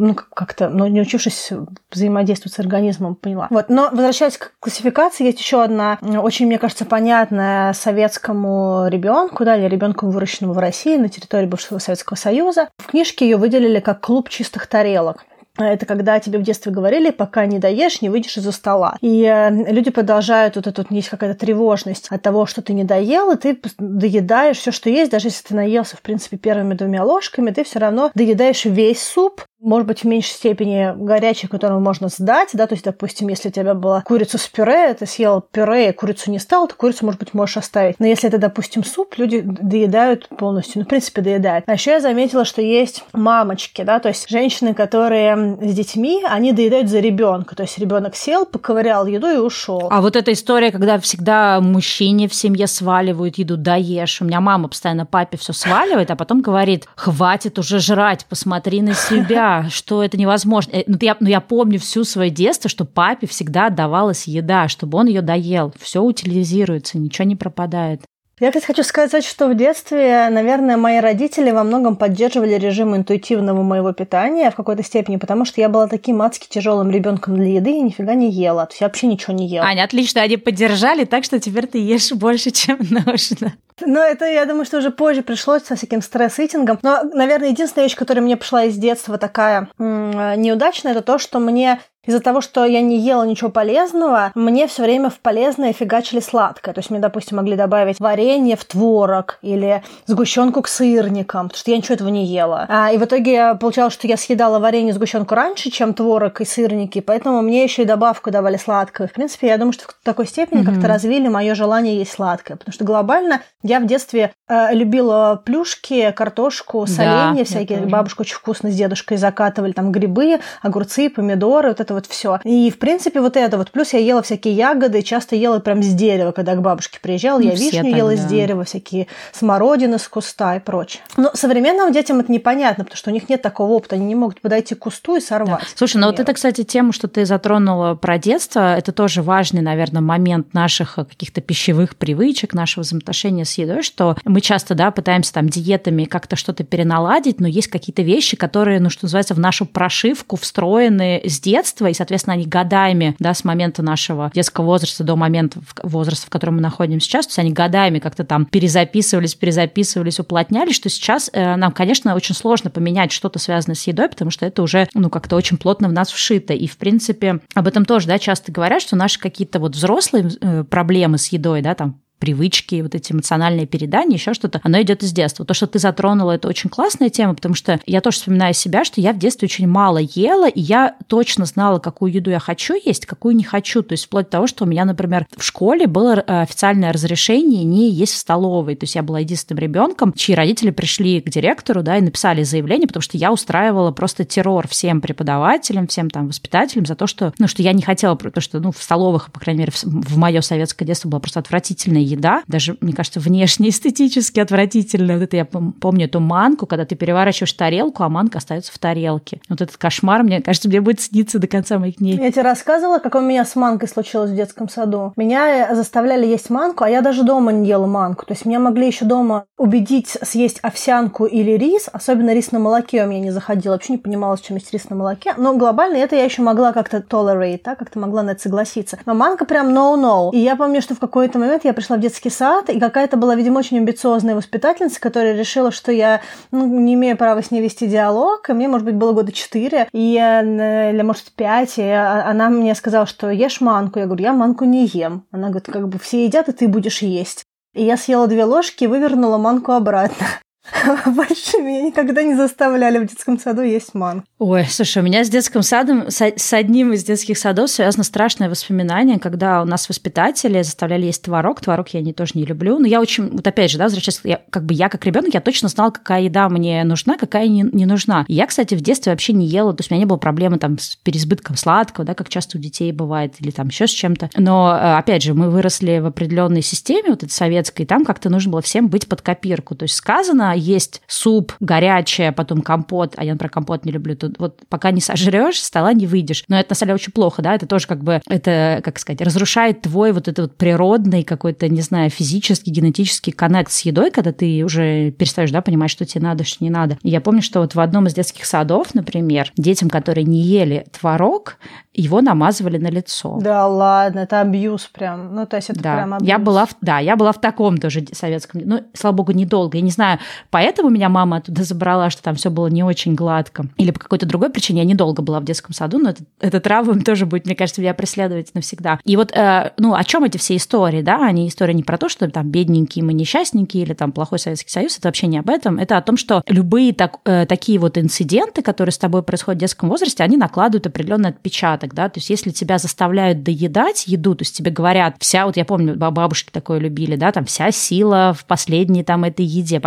не учившись взаимодействовать с организмом, поняла. Вот. Но возвращаясь к классификации, есть еще одна очень, мне кажется, понятная советскому ребенку, да, или ребенку, выращенному в России на территории бывшего Советского Союза. В книжке ее выделили как клуб чистых тарелок. Это когда тебе в детстве говорили, пока не доешь, не выйдешь из-за стола. И люди продолжают, вот это вот есть какая-то тревожность от того, что ты не доел, и ты доедаешь все, что есть, даже если ты наелся, в принципе, первыми 2 ложками, ты все равно доедаешь весь суп, может быть, в меньшей степени горячий, которого можно сдать, да, то есть, допустим, если у тебя была курица с пюре, ты съел пюре, и курицу не стал, то курицу, может быть, можешь оставить. Но если это, допустим, суп, люди доедают полностью, ну, в принципе, доедают. А еще я заметила, что есть мамочки, да, то есть женщины, которые с детьми, они доедают за ребенка, то есть ребенок сел, поковырял еду и ушел. А вот эта история, когда всегда мужчине в семье сваливают еду, доешь. У меня мама постоянно папе все сваливает, а потом говорит: хватит уже жрать, посмотри на себя. да, что это невозможно. Я помню всю свое детство, что папе всегда отдавалась еда, чтобы он ее доел. Все утилизируется, ничего не пропадает. Я, кстати, хочу сказать, что в детстве, наверное, мои родители во многом поддерживали режим интуитивного моего питания в какой-то степени, потому что я была таким адски тяжелым ребенком для еды и нифига не ела. То есть я вообще ничего не ела. Аня, отлично, они поддержали, так что теперь ты ешь больше, чем нужно. Но это, я думаю, что уже позже пришлось со всяким стресс-итингом. Но, наверное, единственная вещь, которая мне пришла из детства такая неудачная, это то, что мне из-за того, что я не ела ничего полезного, мне все время в полезное фигачили сладкое. То есть мне, допустим, могли добавить варенье в творог или сгущенку к сырникам, потому что я ничего этого не ела. И в итоге получалось, что я съедала варенье и сгущенку раньше, чем творог и сырники, поэтому мне еще и добавку давали сладкое. В принципе, я думаю, что в такой степени как-то развили мое желание есть сладкое, потому что глобально я в детстве любила плюшки, картошку, соленья всякие. Бабушка очень вкусно с дедушкой закатывали там грибы, огурцы, помидоры, вот это вот все. И, в принципе, вот это вот. Плюс я ела всякие ягоды, часто ела прям с дерева, когда к бабушке приезжала. Я вишню ела с дерева, всякие смородины с куста и прочее. Но современным детям это непонятно, потому что у них нет такого опыта. Они не могут подойти к кусту и сорвать. Слушай, ну вот это, кстати, тему, что ты затронула про детство, это тоже важный, наверное, момент наших каких-то пищевых привычек, нашего взаимоотношения с едой, что мы часто, пытаемся там диетами как-то что-то переналадить, но есть какие-то вещи, которые, что называется, в нашу прошивку встроены с детства, и, соответственно, они годами, с момента нашего детского возраста до момента возраста, в котором мы находимся сейчас, то есть они годами как-то там перезаписывались, уплотнялись, что сейчас нам, конечно, очень сложно поменять что-то связанное с едой, потому что это уже, как-то очень плотно в нас вшито. И, в принципе, об этом тоже, часто говорят, что наши какие-то вот взрослые проблемы с едой, там, привычки, вот эти эмоциональные передания, еще что-то, оно идет из детства. То, что ты затронула, это очень классная тема, потому что я тоже вспоминаю себя, что я в детстве очень мало ела, и я точно знала, какую еду я хочу есть, какую не хочу. То есть вплоть до того, что у меня, например, в школе было официальное разрешение не есть в столовой. То есть я была единственным ребенком, чьи родители пришли к директору, и написали заявление, потому что я устраивала просто террор всем преподавателям, всем там воспитателям за то, что, что я не хотела, потому что, в столовых, по крайней мере, в мое советское детство была просто отвратительная еда, даже, мне кажется, внешне эстетически отвратительная. Вот это я помню эту манку, когда ты переворачиваешь тарелку, а манка остается в тарелке. Вот этот кошмар, мне кажется, мне будет сниться до конца моих дней. Я тебе рассказывала, как у меня с манкой случилось в детском саду. Меня заставляли есть манку, а я даже дома не ела манку. То есть меня могли еще дома убедить съесть овсянку или рис, особенно рис на молоке у меня не заходил. Вообще не понимала, с чем есть рис на молоке. Но глобально это я еще могла как-то tolerate, как-то могла на это согласиться. Но манка прям no-no. И я помню, что в какой-то момент я пришла в детский сад, и какая-то была, видимо, очень амбициозная воспитательница, которая решила, что я не имею права с ней вести диалог, и мне, может быть, было года 4, или, может, 5, и она мне сказала, что ешь манку. Я говорю, я манку не ем. Она говорит, все едят, и ты будешь есть. И я съела 2 ложки и вывернула манку обратно. Больше меня никогда не заставляли в детском саду есть манку. Ой, слушай, у меня с детским садом, с одним из детских садов связано страшное воспоминание, когда у нас воспитатели заставляли есть творог. Творог я тоже не люблю. Но я очень, вот опять же, возвращаясь, я как ребенок, я точно знала, какая еда мне нужна, какая не нужна. И я, кстати, в детстве вообще не ела, то есть у меня не было проблемы там с переизбытком сладкого, как часто у детей бывает, или там еще с чем-то. Но, опять же, мы выросли в определенной системе, вот этой советской, и там как-то нужно было всем быть под копирку. То есть сказано, есть суп, горячее, потом компот, а я, например, компот не люблю, то вот пока не сожрёшь, с стола не выйдешь. Но это, на самом деле, очень плохо, это тоже это, как сказать, разрушает твой вот этот вот природный какой-то, не знаю, физический, генетический коннект с едой, когда ты уже перестаешь, понимать, что тебе надо, что не надо. И я помню, что вот в одном из детских садов, например, детям, которые не ели творог, его намазывали на лицо. Да ладно, это абьюз прям. То есть это прям абьюз. Я была в таком тоже советском, слава богу, недолго. Я не знаю, поэтому меня мама оттуда забрала, что там все было не очень гладко. Или по какой-то другой причине. Я недолго была в детском саду, но эта травма тоже будет, мне кажется, меня преследовать навсегда. И вот, о чем эти все истории, Они истории не про то, что там бедненькие мы несчастненькие или там плохой Советский Союз, это вообще не об этом. Это о том, что любые такие вот инциденты, которые с тобой происходят в детском возрасте, они накладывают определенный отпечаток, То есть если тебя заставляют доедать еду, то есть тебе говорят, я помню, бабушки такое любили, там вся сила в последней там этой еде. Понятно,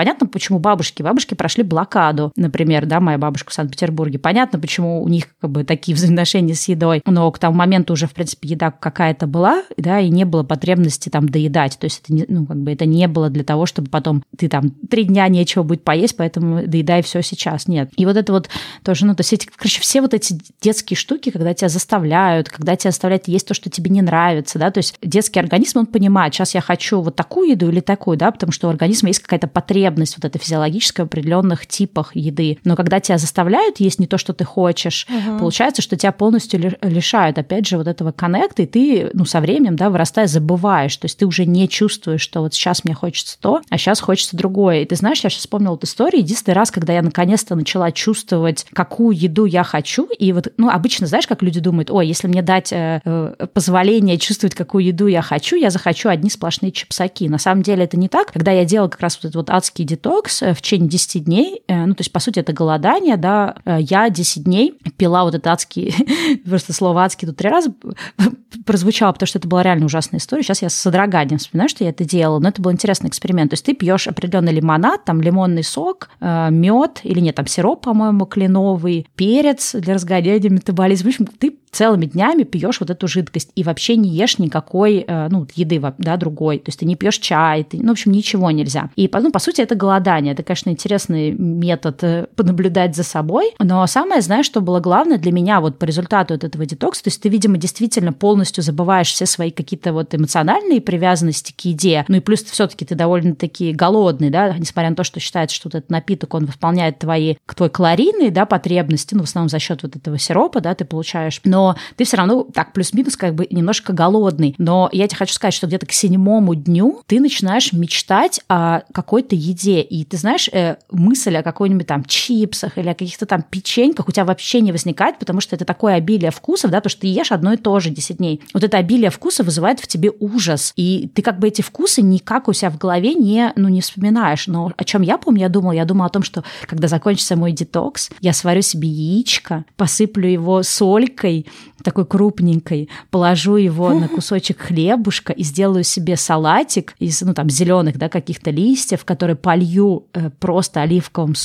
почему бабушки прошли блокаду, например, да, моя бабушка в Санкт-Петербурге. Понятно, почему у них как бы такие взаимоотношения с едой, но к тому моменту уже, в принципе, еда какая-то была, да, и не было потребности там доедать. То есть это не, ну, как бы это не было для того, чтобы потом ты там 3 дня нечего будет поесть, поэтому доедай все сейчас. Нет. И вот это вот тоже, ну, то есть эти, короче, все вот эти детские штуки, когда тебя заставляют есть то, что тебе не нравится, да, то есть детский организм, он понимает, сейчас я хочу вот такую еду или такую, да, потому что у организма есть какая-то потребность вот эта физиологическая в определенных типах еды. Но когда тебя заставляют есть не то, что ты хочешь, получается, что тебя полностью лишают, опять же, вот этого коннекта, и ты, ну, со временем, да, вырастая, забываешь, то есть ты уже не чувствуешь, что вот сейчас мне хочется то, а сейчас хочется другое. И ты знаешь, я сейчас вспомнила эту историю, единственный раз, когда я наконец-то начала чувствовать, какую еду я хочу, и вот, ну, обычно, знаешь, как люди думают, ой, если мне дать позволение чувствовать, какую еду я хочу, я захочу одни сплошные чипсаки. На самом деле это не так. Когда я делала как раз вот этот вот адский детокс в течение 10 дней, ну, то есть, по сути, это голодание, да, я 10 дней пила вот этот адский, просто слово адский тут 3 раза прозвучало, потому что это была реально ужасная история. Сейчас я с содроганием вспоминаю, что я это делала, но это был интересный эксперимент. То есть ты пьешь определенный лимонад, там лимонный сок, мед или нет, там сироп, по-моему, кленовый, перец для разгоняния метаболизма. В общем, ты целыми днями пьешь вот эту жидкость и вообще не ешь никакой, ну, еды, да, другой. То есть ты не пьешь чай, ну, в общем, ничего нельзя. И, ну, по сути, это голодание. Это, конечно, интересный метод понаблюдать за собой, но самое, знаешь, что было главное для меня вот по результату вот этого детокса, то есть ты, видимо, действительно полностью забываешь все свои какие-то вот эмоциональные привязанности к еде, ну и плюс все-таки ты довольно-таки голодный, да, несмотря на то, что считается, что вот этот напиток, он восполняет твой калорийные, да, потребности, ну, в основном за счет вот этого сиропа, да, ты получаешь, но ты все равно так плюс-минус как бы немножко голодный. Но я тебе хочу сказать, что где-то к 7-му дню ты начинаешь мечтать о какой-то еде. И ты знаешь, мысль о какой-нибудь там чипсах или о каких-то там печеньках у тебя вообще не возникает, потому что это такое обилие вкусов, да, потому что ты ешь одно и то же 10 дней. Вот это обилие вкусов вызывает в тебе ужас. И ты как бы эти вкусы никак у себя в голове не вспоминаешь. Но о чем я помню? Я думала о том, что когда закончится мой детокс, я сварю себе яичко, посыплю его солькой, такой крупненькой, положу его на кусочек хлебушка и сделаю себе салатик из, ну, там, зеленых, да, каких-то листьев, который полью просто оливковым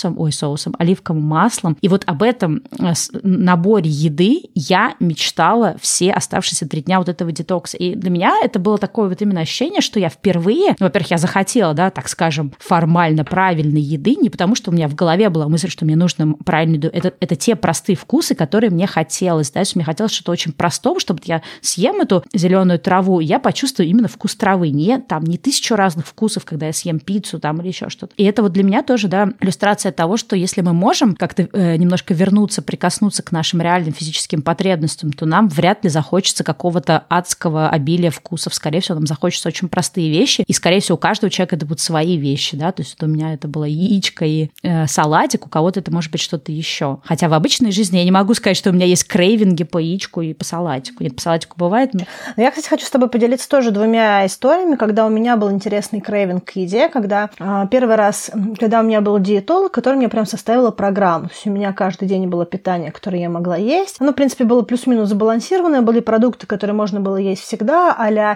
маслом. И вот об этом наборе еды я мечтала все оставшиеся 3 дня вот этого детокса. И для меня это было такое вот именно ощущение, что я впервые, ну, во-первых, я захотела, да, так скажем, формально правильной еды, не потому что у меня в голове была мысль, что мне нужно правильную еду. Это те простые вкусы, которые мне хотелось, да, мне хотелось что-то очень простого, чтобы я съем эту зеленую траву, и я почувствую именно вкус травы, не 1000 разных вкусов, когда я съем пиццу там или еще что-то. И это вот для меня тоже, да, иллюстрация того, что если мы можем как-то немножко вернуться, прикоснуться к нашим реальным физическим потребностям, то нам вряд ли захочется какого-то адского обилия вкусов. Скорее всего, нам захочется очень простые вещи, и, скорее всего, у каждого человека это будут свои вещи, да, то есть вот у меня это было яичко и салатик, у кого-то это может быть что-то еще. Хотя в обычной жизни я не могу сказать, что у меня есть крейвинги по яичку и по салатику. Нет, по салатику бывает, но... Я, кстати, хочу с тобой поделиться тоже 2 историями, когда у меня был интересный крейвинг к еде, когда первый раз, когда у меня был диетолог, который мне прям составила программу. То есть у меня каждый день было питание, которое я могла есть. Оно, в принципе, было плюс-минус забалансированное. Были продукты, которые можно было есть всегда, а-ля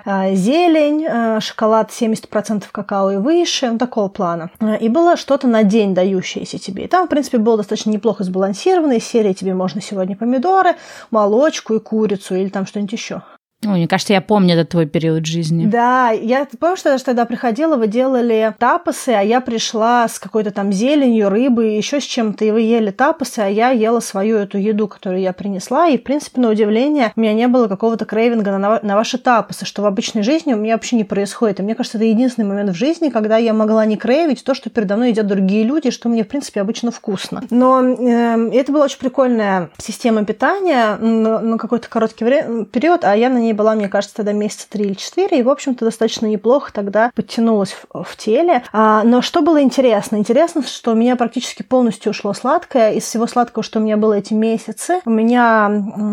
зелень, шоколад 70% какао и выше, ну, такого плана. И было что-то на день дающееся тебе. И там, в принципе, было достаточно неплохо сбалансировано. Из серии тебе можно сегодня помидоры, молочку и курицу или там что-нибудь еще. Ой, мне кажется, я помню этот твой период жизни. Да, я помню, что я тогда приходила, вы делали тапосы, а я пришла с какой-то там зеленью, рыбой, еще с чем-то, и вы ели тапосы, а я ела свою эту еду, которую я принесла, и, в принципе, на удивление, у меня не было какого-то крейвинга на ваши тапосы, что в обычной жизни у меня вообще не происходит. И мне кажется, это единственный момент в жизни, когда я могла не крейвить то, что передо мной едят другие люди, что мне, в принципе, обычно вкусно. Но это была очень прикольная система питания на какой-то короткий период, а я на ней была, мне кажется, тогда месяца 3 или 4, и, в общем-то, достаточно неплохо тогда подтянулась в теле. Но что было интересно? Интересно, что у меня практически полностью ушло сладкое. Из всего сладкого, что у меня было эти месяцы, у меня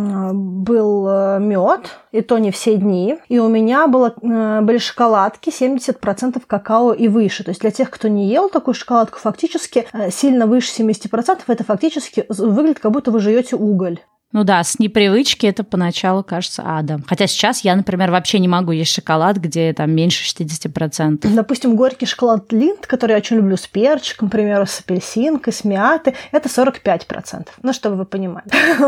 был мед, и то не все дни, и у меня были шоколадки 70% какао и выше. То есть для тех, кто не ел такую шоколадку, фактически сильно выше 70%, это фактически выглядит, как будто вы жуете уголь. Ну да, с непривычки это поначалу кажется адом. Хотя сейчас я, например, вообще не могу есть шоколад, где там меньше 60%. Допустим, горький шоколад Линд, который я очень люблю, с перчиком, к примеру, с апельсинкой, с мятой, это 45%. Ну, чтобы вы понимали.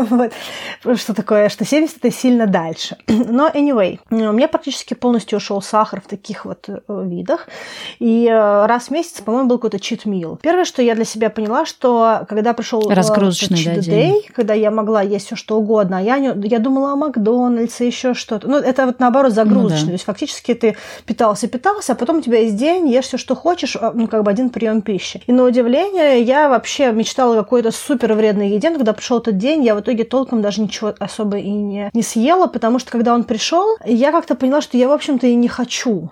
Что такое, что 70% это сильно дальше. Но anyway, у меня практически полностью ушел сахар в таких вот видах. И раз в месяц, по-моему, был какой-то cheat meal. Первое, что я для себя поняла, что когда пришел разгрузочный cheat day, когда я могла есть все что угодно, а я думала о Макдональдсе, еще что-то. Ну, это вот наоборот загрузочно. Ну, да. То есть фактически ты питался, а потом у тебя есть день, ешь все, что хочешь, ну, как бы один прием пищи. И на удивление, я вообще мечтала о какой-то супер вредной еде, но когда пришел этот день, я в итоге толком даже ничего особо и не съела, потому что когда он пришел, я как-то поняла, что я, в общем-то, и не хочу.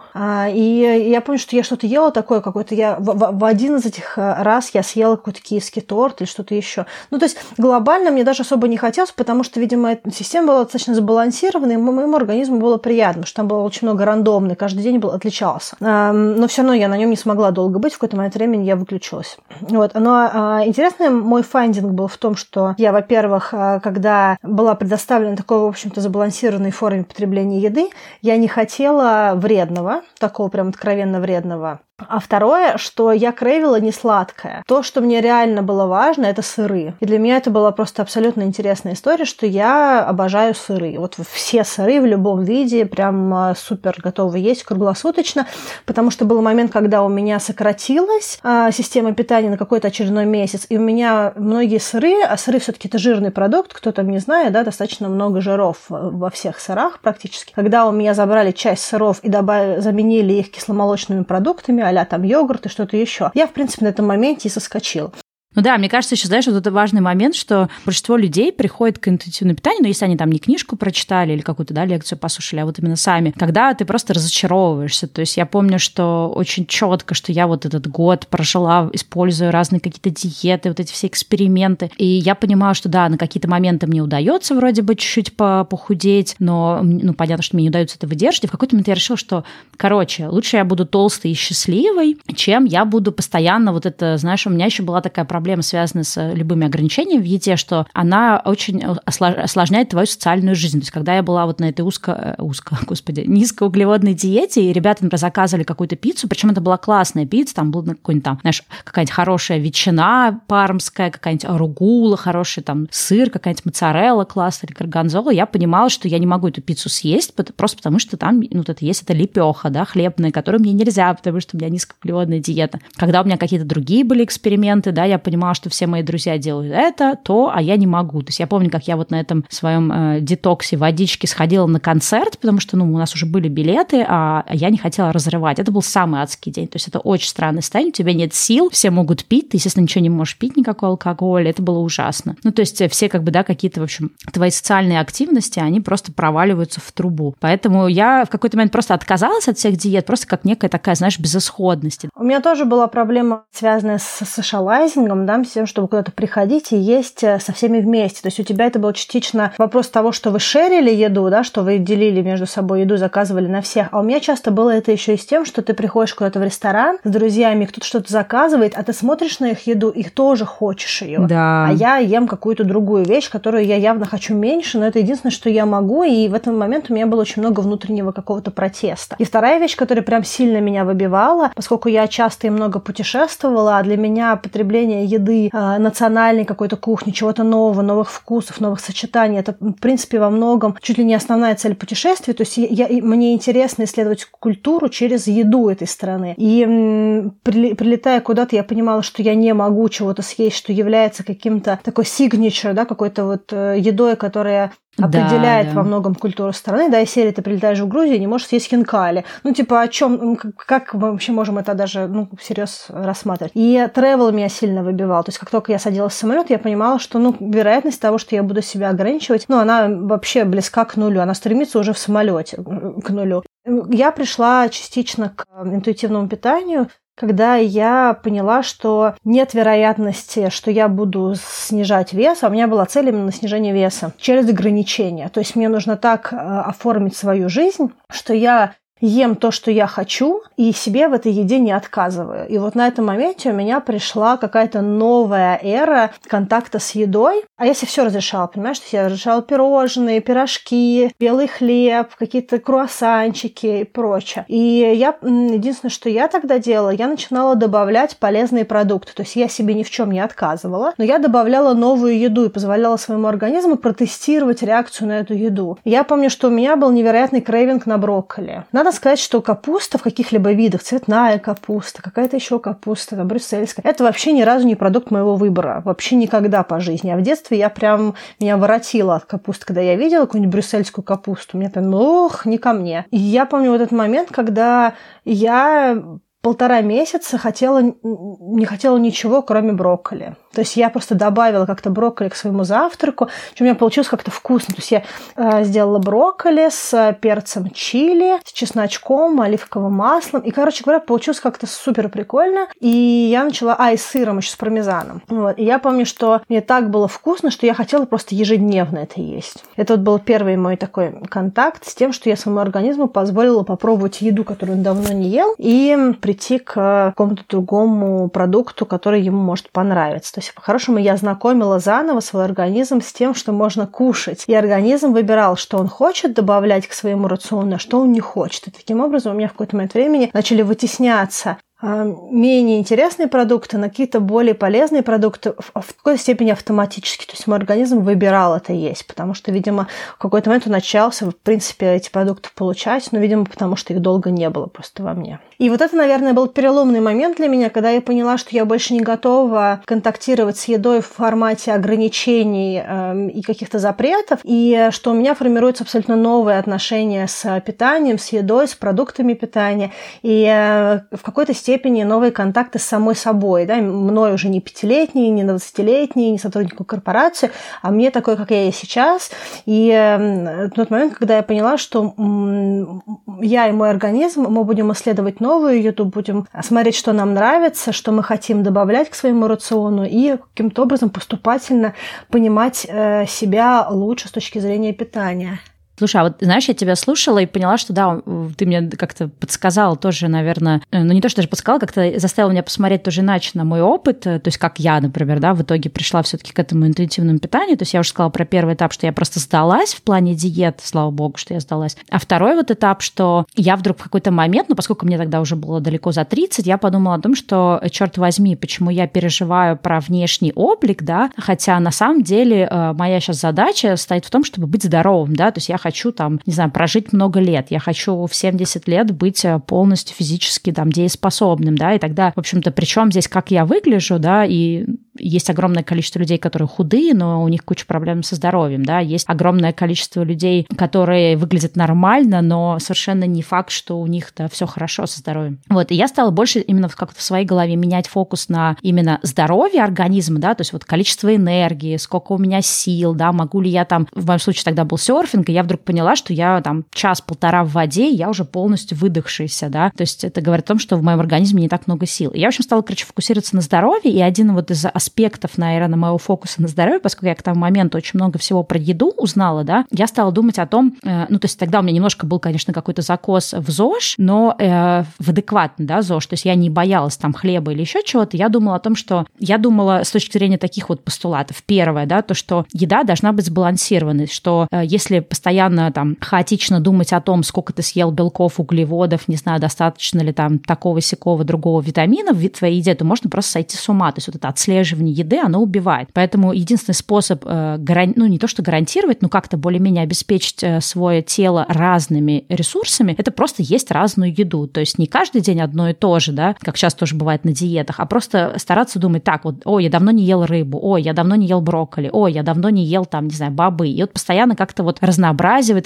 И я помню, что я что-то ела такое какое-то, я в один из этих раз я съела какой-то киевский торт или что-то еще. Ну, то есть глобально мне даже особо не хотелось, потому что, видимо, система была достаточно сбалансированной, и моему организму было приятно, потому что там было очень много рандомной, каждый день отличался. Но все равно я на нем не смогла долго быть, в какой-то момент времени я выключилась. Вот. Но интересный мой файндинг был в том, что я, во-первых, когда была предоставлена такой, в общем-то, забалансированной форме потребления еды, я не хотела вредного, такого прям откровенно вредного. А второе, что я крейвила не сладкое. То, что мне реально было важно, это сыры. И для меня это была просто абсолютно интересная история, что я обожаю сыры. Вот все сыры в любом виде прям супер готовы есть круглосуточно, потому что был момент, когда у меня сократилась система питания на какой-то очередной месяц, и у меня многие сыры, а сыры все-таки это жирный продукт, кто там не знает, да, достаточно много жиров во всех сырах практически. Когда у меня забрали часть сыров и заменили их кисломолочными продуктами, а-ля там йогурт и что-то еще. Я, в принципе, на этом моменте и соскочила. Ну да, мне кажется, еще, знаешь, вот это важный момент, что большинство людей приходит к интуитивному питанию, но если они там не книжку прочитали или какую-то, да, лекцию послушали, а вот именно сами, когда ты просто разочаровываешься. То есть я помню, что очень четко, что я вот этот год прожила, используя разные какие-то диеты, вот эти все эксперименты, и я понимала, что да, на какие-то моменты мне удается вроде бы чуть-чуть похудеть, но, ну, понятно, что мне не удается это выдержать, и в какой-то момент я решила, что, короче, лучше я буду толстой и счастливой, чем я буду постоянно вот это, знаешь, у меня еще была такая проблема, связанная с любыми ограничениями в еде, что она очень осложняет твою социальную жизнь. То есть, когда я была вот на этой низкоуглеводной диете, и ребята, например, заказывали какую-то пиццу, причем это была классная пицца, там была какой-нибудь там, знаешь, какая-нибудь хорошая ветчина пармская, какая-нибудь арugула, хороший там сыр, какая-нибудь моцарелла классная или горгонзола, я понимала, что я не могу эту пиццу съесть, просто потому что там, ну, вот это есть эта лепеха, да, хлебная, которую мне нельзя, потому что у меня низкоуглеводная диета. Когда у меня какие-то другие были эксперименты, да, я понимала, что все мои друзья делают это, а я не могу. То есть я помню, как я вот на этом своем детоксе водички сходила на концерт, потому что, ну, у нас уже были билеты, а я не хотела разрывать. Это был самый адский день. То есть это очень странное состояние, у тебя нет сил, все могут пить, ты, естественно, ничего не можешь пить, никакой алкоголь. Это было ужасно. Ну, то есть все как бы, да, какие-то, в общем, твои социальные активности, они просто проваливаются в трубу. Поэтому я в какой-то момент просто отказалась от всех диет, просто как некая такая, знаешь, безысходность. У меня тоже была проблема, связанная с socializing, да, с тем, чтобы куда-то приходить и есть со всеми вместе. То есть у тебя это был частично вопрос того, что вы шерили еду, да, что вы делили между собой еду, заказывали на всех. А у меня часто было это еще и с тем, что ты приходишь куда-то в ресторан с друзьями, кто-то что-то заказывает, а ты смотришь на их еду, их тоже хочешь ее. Да. А я ем какую-то другую вещь, которую я явно хочу меньше, но это единственное, что я могу, и в этот момент у меня было очень много внутреннего какого-то протеста. И вторая вещь, которая прям сильно меня выбивала, поскольку я часто и много путешествовала, а для меня потребление еды, национальной какой-то кухни, чего-то нового, новых вкусов, новых сочетаний, это, в принципе, во многом чуть ли не основная цель путешествия. То есть мне интересно исследовать культуру через еду этой страны. И прилетая куда-то, я понимала, что я не могу чего-то съесть, что является каким-то такой signature, да, какой-то вот едой, которая определяет во многом культуру страны. Да, и серии ты прилетаешь в Грузию и не можешь съесть хинкали. Ну, типа, о чем, как мы вообще можем это даже, ну, всерьез рассматривать? И тревел меня сильно выбивал. То есть, как только я садилась в самолет, я понимала, что, ну, вероятность того, что я буду себя ограничивать, ну, она вообще близка к нулю. Она стремится уже в самолете к нулю. Я пришла частично к интуитивному питанию, когда я поняла, что нет вероятности, что я буду снижать вес, а у меня была цель именно снижение веса через ограничения. То есть мне нужно так оформить свою жизнь, что я ем то, что я хочу, и себе в этой еде не отказываю. И вот на этом моменте у меня пришла какая-то новая эра контакта с едой. А я себе все разрешала, понимаешь? Я разрешала пирожные, пирожки, белый хлеб, какие-то круассанчики и прочее. И единственное, что я тогда делала, я начинала добавлять полезные продукты. То есть я себе ни в чем не отказывала, но я добавляла новую еду и позволяла своему организму протестировать реакцию на эту еду. Я помню, что у меня был невероятный крейвинг на брокколи. Надо сказать, что капуста в каких-либо видах, цветная капуста, какая-то еще капуста, брюссельская, это вообще ни разу не продукт моего выбора. Вообще никогда по жизни. А в детстве меня воротило от капусты. Когда я видела какую-нибудь брюссельскую капусту, мне прям, не ко мне. И я помню вот этот момент, когда я 1,5 месяца не хотела ничего, кроме брокколи. То есть я просто добавила как-то брокколи к своему завтраку, что у меня получилось как-то вкусно. То есть я сделала брокколи с перцем чили, с чесночком, оливковым маслом. И, короче говоря, получилось как-то супер прикольно. И я начала... и с сыром еще, с пармезаном. Вот. И я помню, что мне так было вкусно, что я хотела просто ежедневно это есть. Это вот был первый мой такой контакт с тем, что я своему организму позволила попробовать еду, которую он давно не ел, и прийти к какому-то другому продукту, который ему может понравиться. То есть, по-хорошему, я знакомила заново свой организм с тем, что можно кушать. И организм выбирал, что он хочет добавлять к своему рациону, а что он не хочет. И таким образом у меня в какой-то момент времени начали вытесняться менее интересные продукты на какие-то более полезные продукты в какой-то степени автоматически. То есть мой организм выбирал это есть, потому что, видимо, в какой-то момент он начался, в принципе, эти продукты получать, но, видимо, потому что их долго не было просто во мне. И вот это, наверное, был переломный момент для меня, когда я поняла, что я больше не готова контактировать с едой в формате ограничений и каких-то запретов, и что у меня формируется абсолютно новое отношение с питанием, с едой, с продуктами питания, и в какой-то степени новые контакты с самой собой. Да? Мной уже не 5-летний, не 20-летний, не сотруднику корпорации, а мне такой, как я есть сейчас. И тот момент, когда я поняла, что я и мой организм, мы будем исследовать новую еду, будем смотреть, что нам нравится, что мы хотим добавлять к своему рациону и каким-то образом поступательно понимать себя лучше с точки зрения питания. Слушай, а вот, знаешь, я тебя слушала и поняла, что да, ты мне как-то подсказала тоже, наверное, не то, что даже подсказала, как-то заставила меня посмотреть тоже иначе на мой опыт, то есть как я, например, да, в итоге пришла все-таки к этому интуитивному питанию, то есть я уже сказала про первый этап, что я просто сдалась в плане диет, слава богу, что я сдалась, а второй вот этап, что я вдруг в какой-то момент, поскольку мне тогда уже было далеко за 30, я подумала о том, что, черт возьми, почему я переживаю про внешний облик, да, хотя на самом деле моя сейчас задача стоит в том, чтобы быть здоровым, да, то есть я хочу прожить много лет, я хочу в 70 лет быть полностью физически дееспособным, да, и тогда, в общем-то, причем здесь как я выгляжу, да, и есть огромное количество людей, которые худые, но у них куча проблем со здоровьем, да, есть огромное количество людей, которые выглядят нормально, но совершенно не факт, что у них все хорошо со здоровьем. Вот, и я стала больше именно как-то в своей голове менять фокус на именно здоровье организма, да, то есть вот количество энергии, сколько у меня сил, да, могу ли я в моем случае тогда был серфинг, и я вдруг поняла, что я 1-1,5 в воде, я уже полностью выдохшаяся, да, то есть это говорит о том, что в моем организме не так много сил. И я, в общем, стала, фокусироваться на здоровье, и один вот из аспектов, наверное, моего фокуса на здоровье, поскольку я к тому моменту очень много всего про еду узнала, да, я стала думать о том, то есть тогда у меня немножко был, конечно, какой-то закос в ЗОЖ, но в адекватный, да, ЗОЖ, то есть я не боялась хлеба или еще чего-то, я думала о том, что я думала с точки зрения таких вот постулатов. Первое, да, то, что еда должна быть сбалансированной, что если постоянно хаотично думать о том, сколько ты съел белков, углеводов, не знаю, достаточно ли такого-сякого другого витамина в твоей еде, то можно просто сойти с ума. То есть вот это отслеживание еды, оно убивает. Поэтому единственный способ, не то что гарантировать, но как-то более-менее обеспечить свое тело разными ресурсами, это просто есть разную еду. То есть не каждый день одно и то же, да, как сейчас тоже бывает на диетах, а просто стараться думать так, вот, я давно не ел рыбу, я давно не ел брокколи, я давно не ел бобы. И вот постоянно как-то вот разнообразивать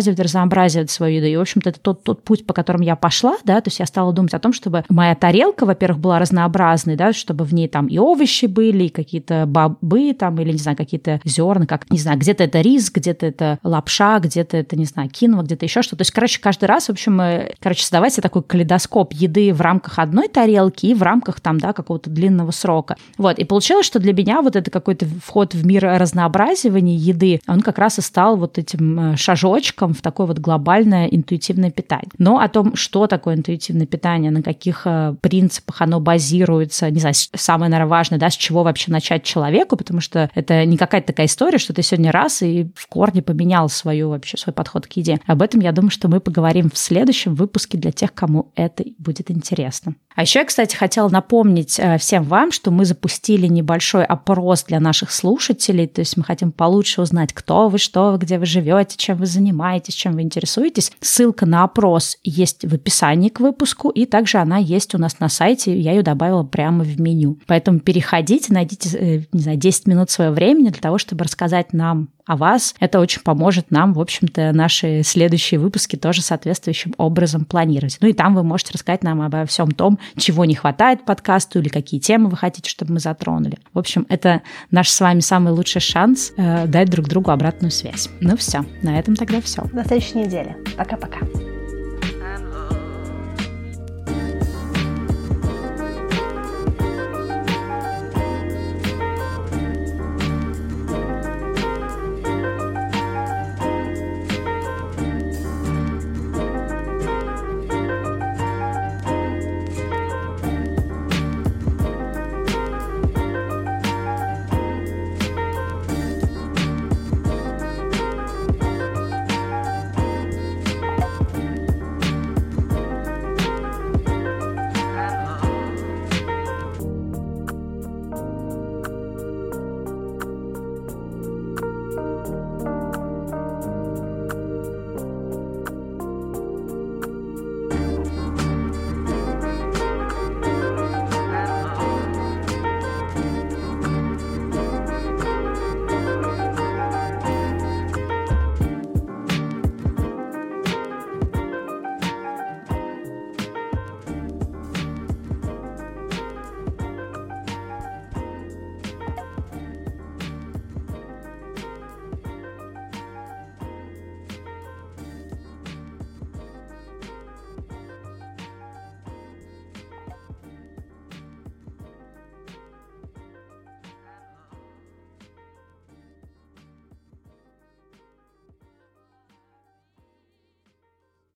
свою еду. И, в общем-то, это тот путь, по которому я пошла, да, то есть я стала думать о том, чтобы моя тарелка, во-первых, была разнообразной, да, чтобы в ней и овощи были, и какие-то бобы там, или, не знаю, какие-то зерна, как, не знаю, где-то это рис, где-то это лапша, где-то это, не знаю, киноа, где-то еще что-то. То есть, короче, каждый раз, в общем, создавать себе такой калейдоскоп еды в рамках одной тарелки и в рамках там, да, какого-то длинного срока. Вот, и получилось, что для меня вот это какой-то вход в мир разнообразивания еды, он как раз и стал вот этим шажочком в такое вот глобальное интуитивное питание. Но о том, что такое интуитивное питание, на каких принципах оно базируется, не знаю, самое, наверное, важное, да, с чего вообще начать человеку, потому что это не какая-то такая история, что ты сегодня раз и в корне поменял свой подход к еде. Об этом, я думаю, что мы поговорим в следующем выпуске для тех, кому это будет интересно. А еще я, кстати, хотела напомнить всем вам, что мы запустили небольшой опрос для наших слушателей, то есть мы хотим получше узнать, кто вы, что вы, где вы живете, чем вы занимаетесь, чем вы интересуетесь. Ссылка на опрос есть в описании к выпуску, и также она есть у нас на сайте, я ее добавила прямо в меню. Поэтому переходите, найдите, не знаю, 10 минут своего времени для того, чтобы рассказать нам о вас. Это очень поможет нам, в общем-то, наши следующие выпуски тоже соответствующим образом планировать. Ну и там вы можете рассказать нам обо всем том, чего не хватает подкасту или какие темы вы хотите, чтобы мы затронули. В общем, это наш с вами самый лучший шанс дать друг другу обратную связь. Ну все, на этом тогда все. До следующей недели. Пока-пока.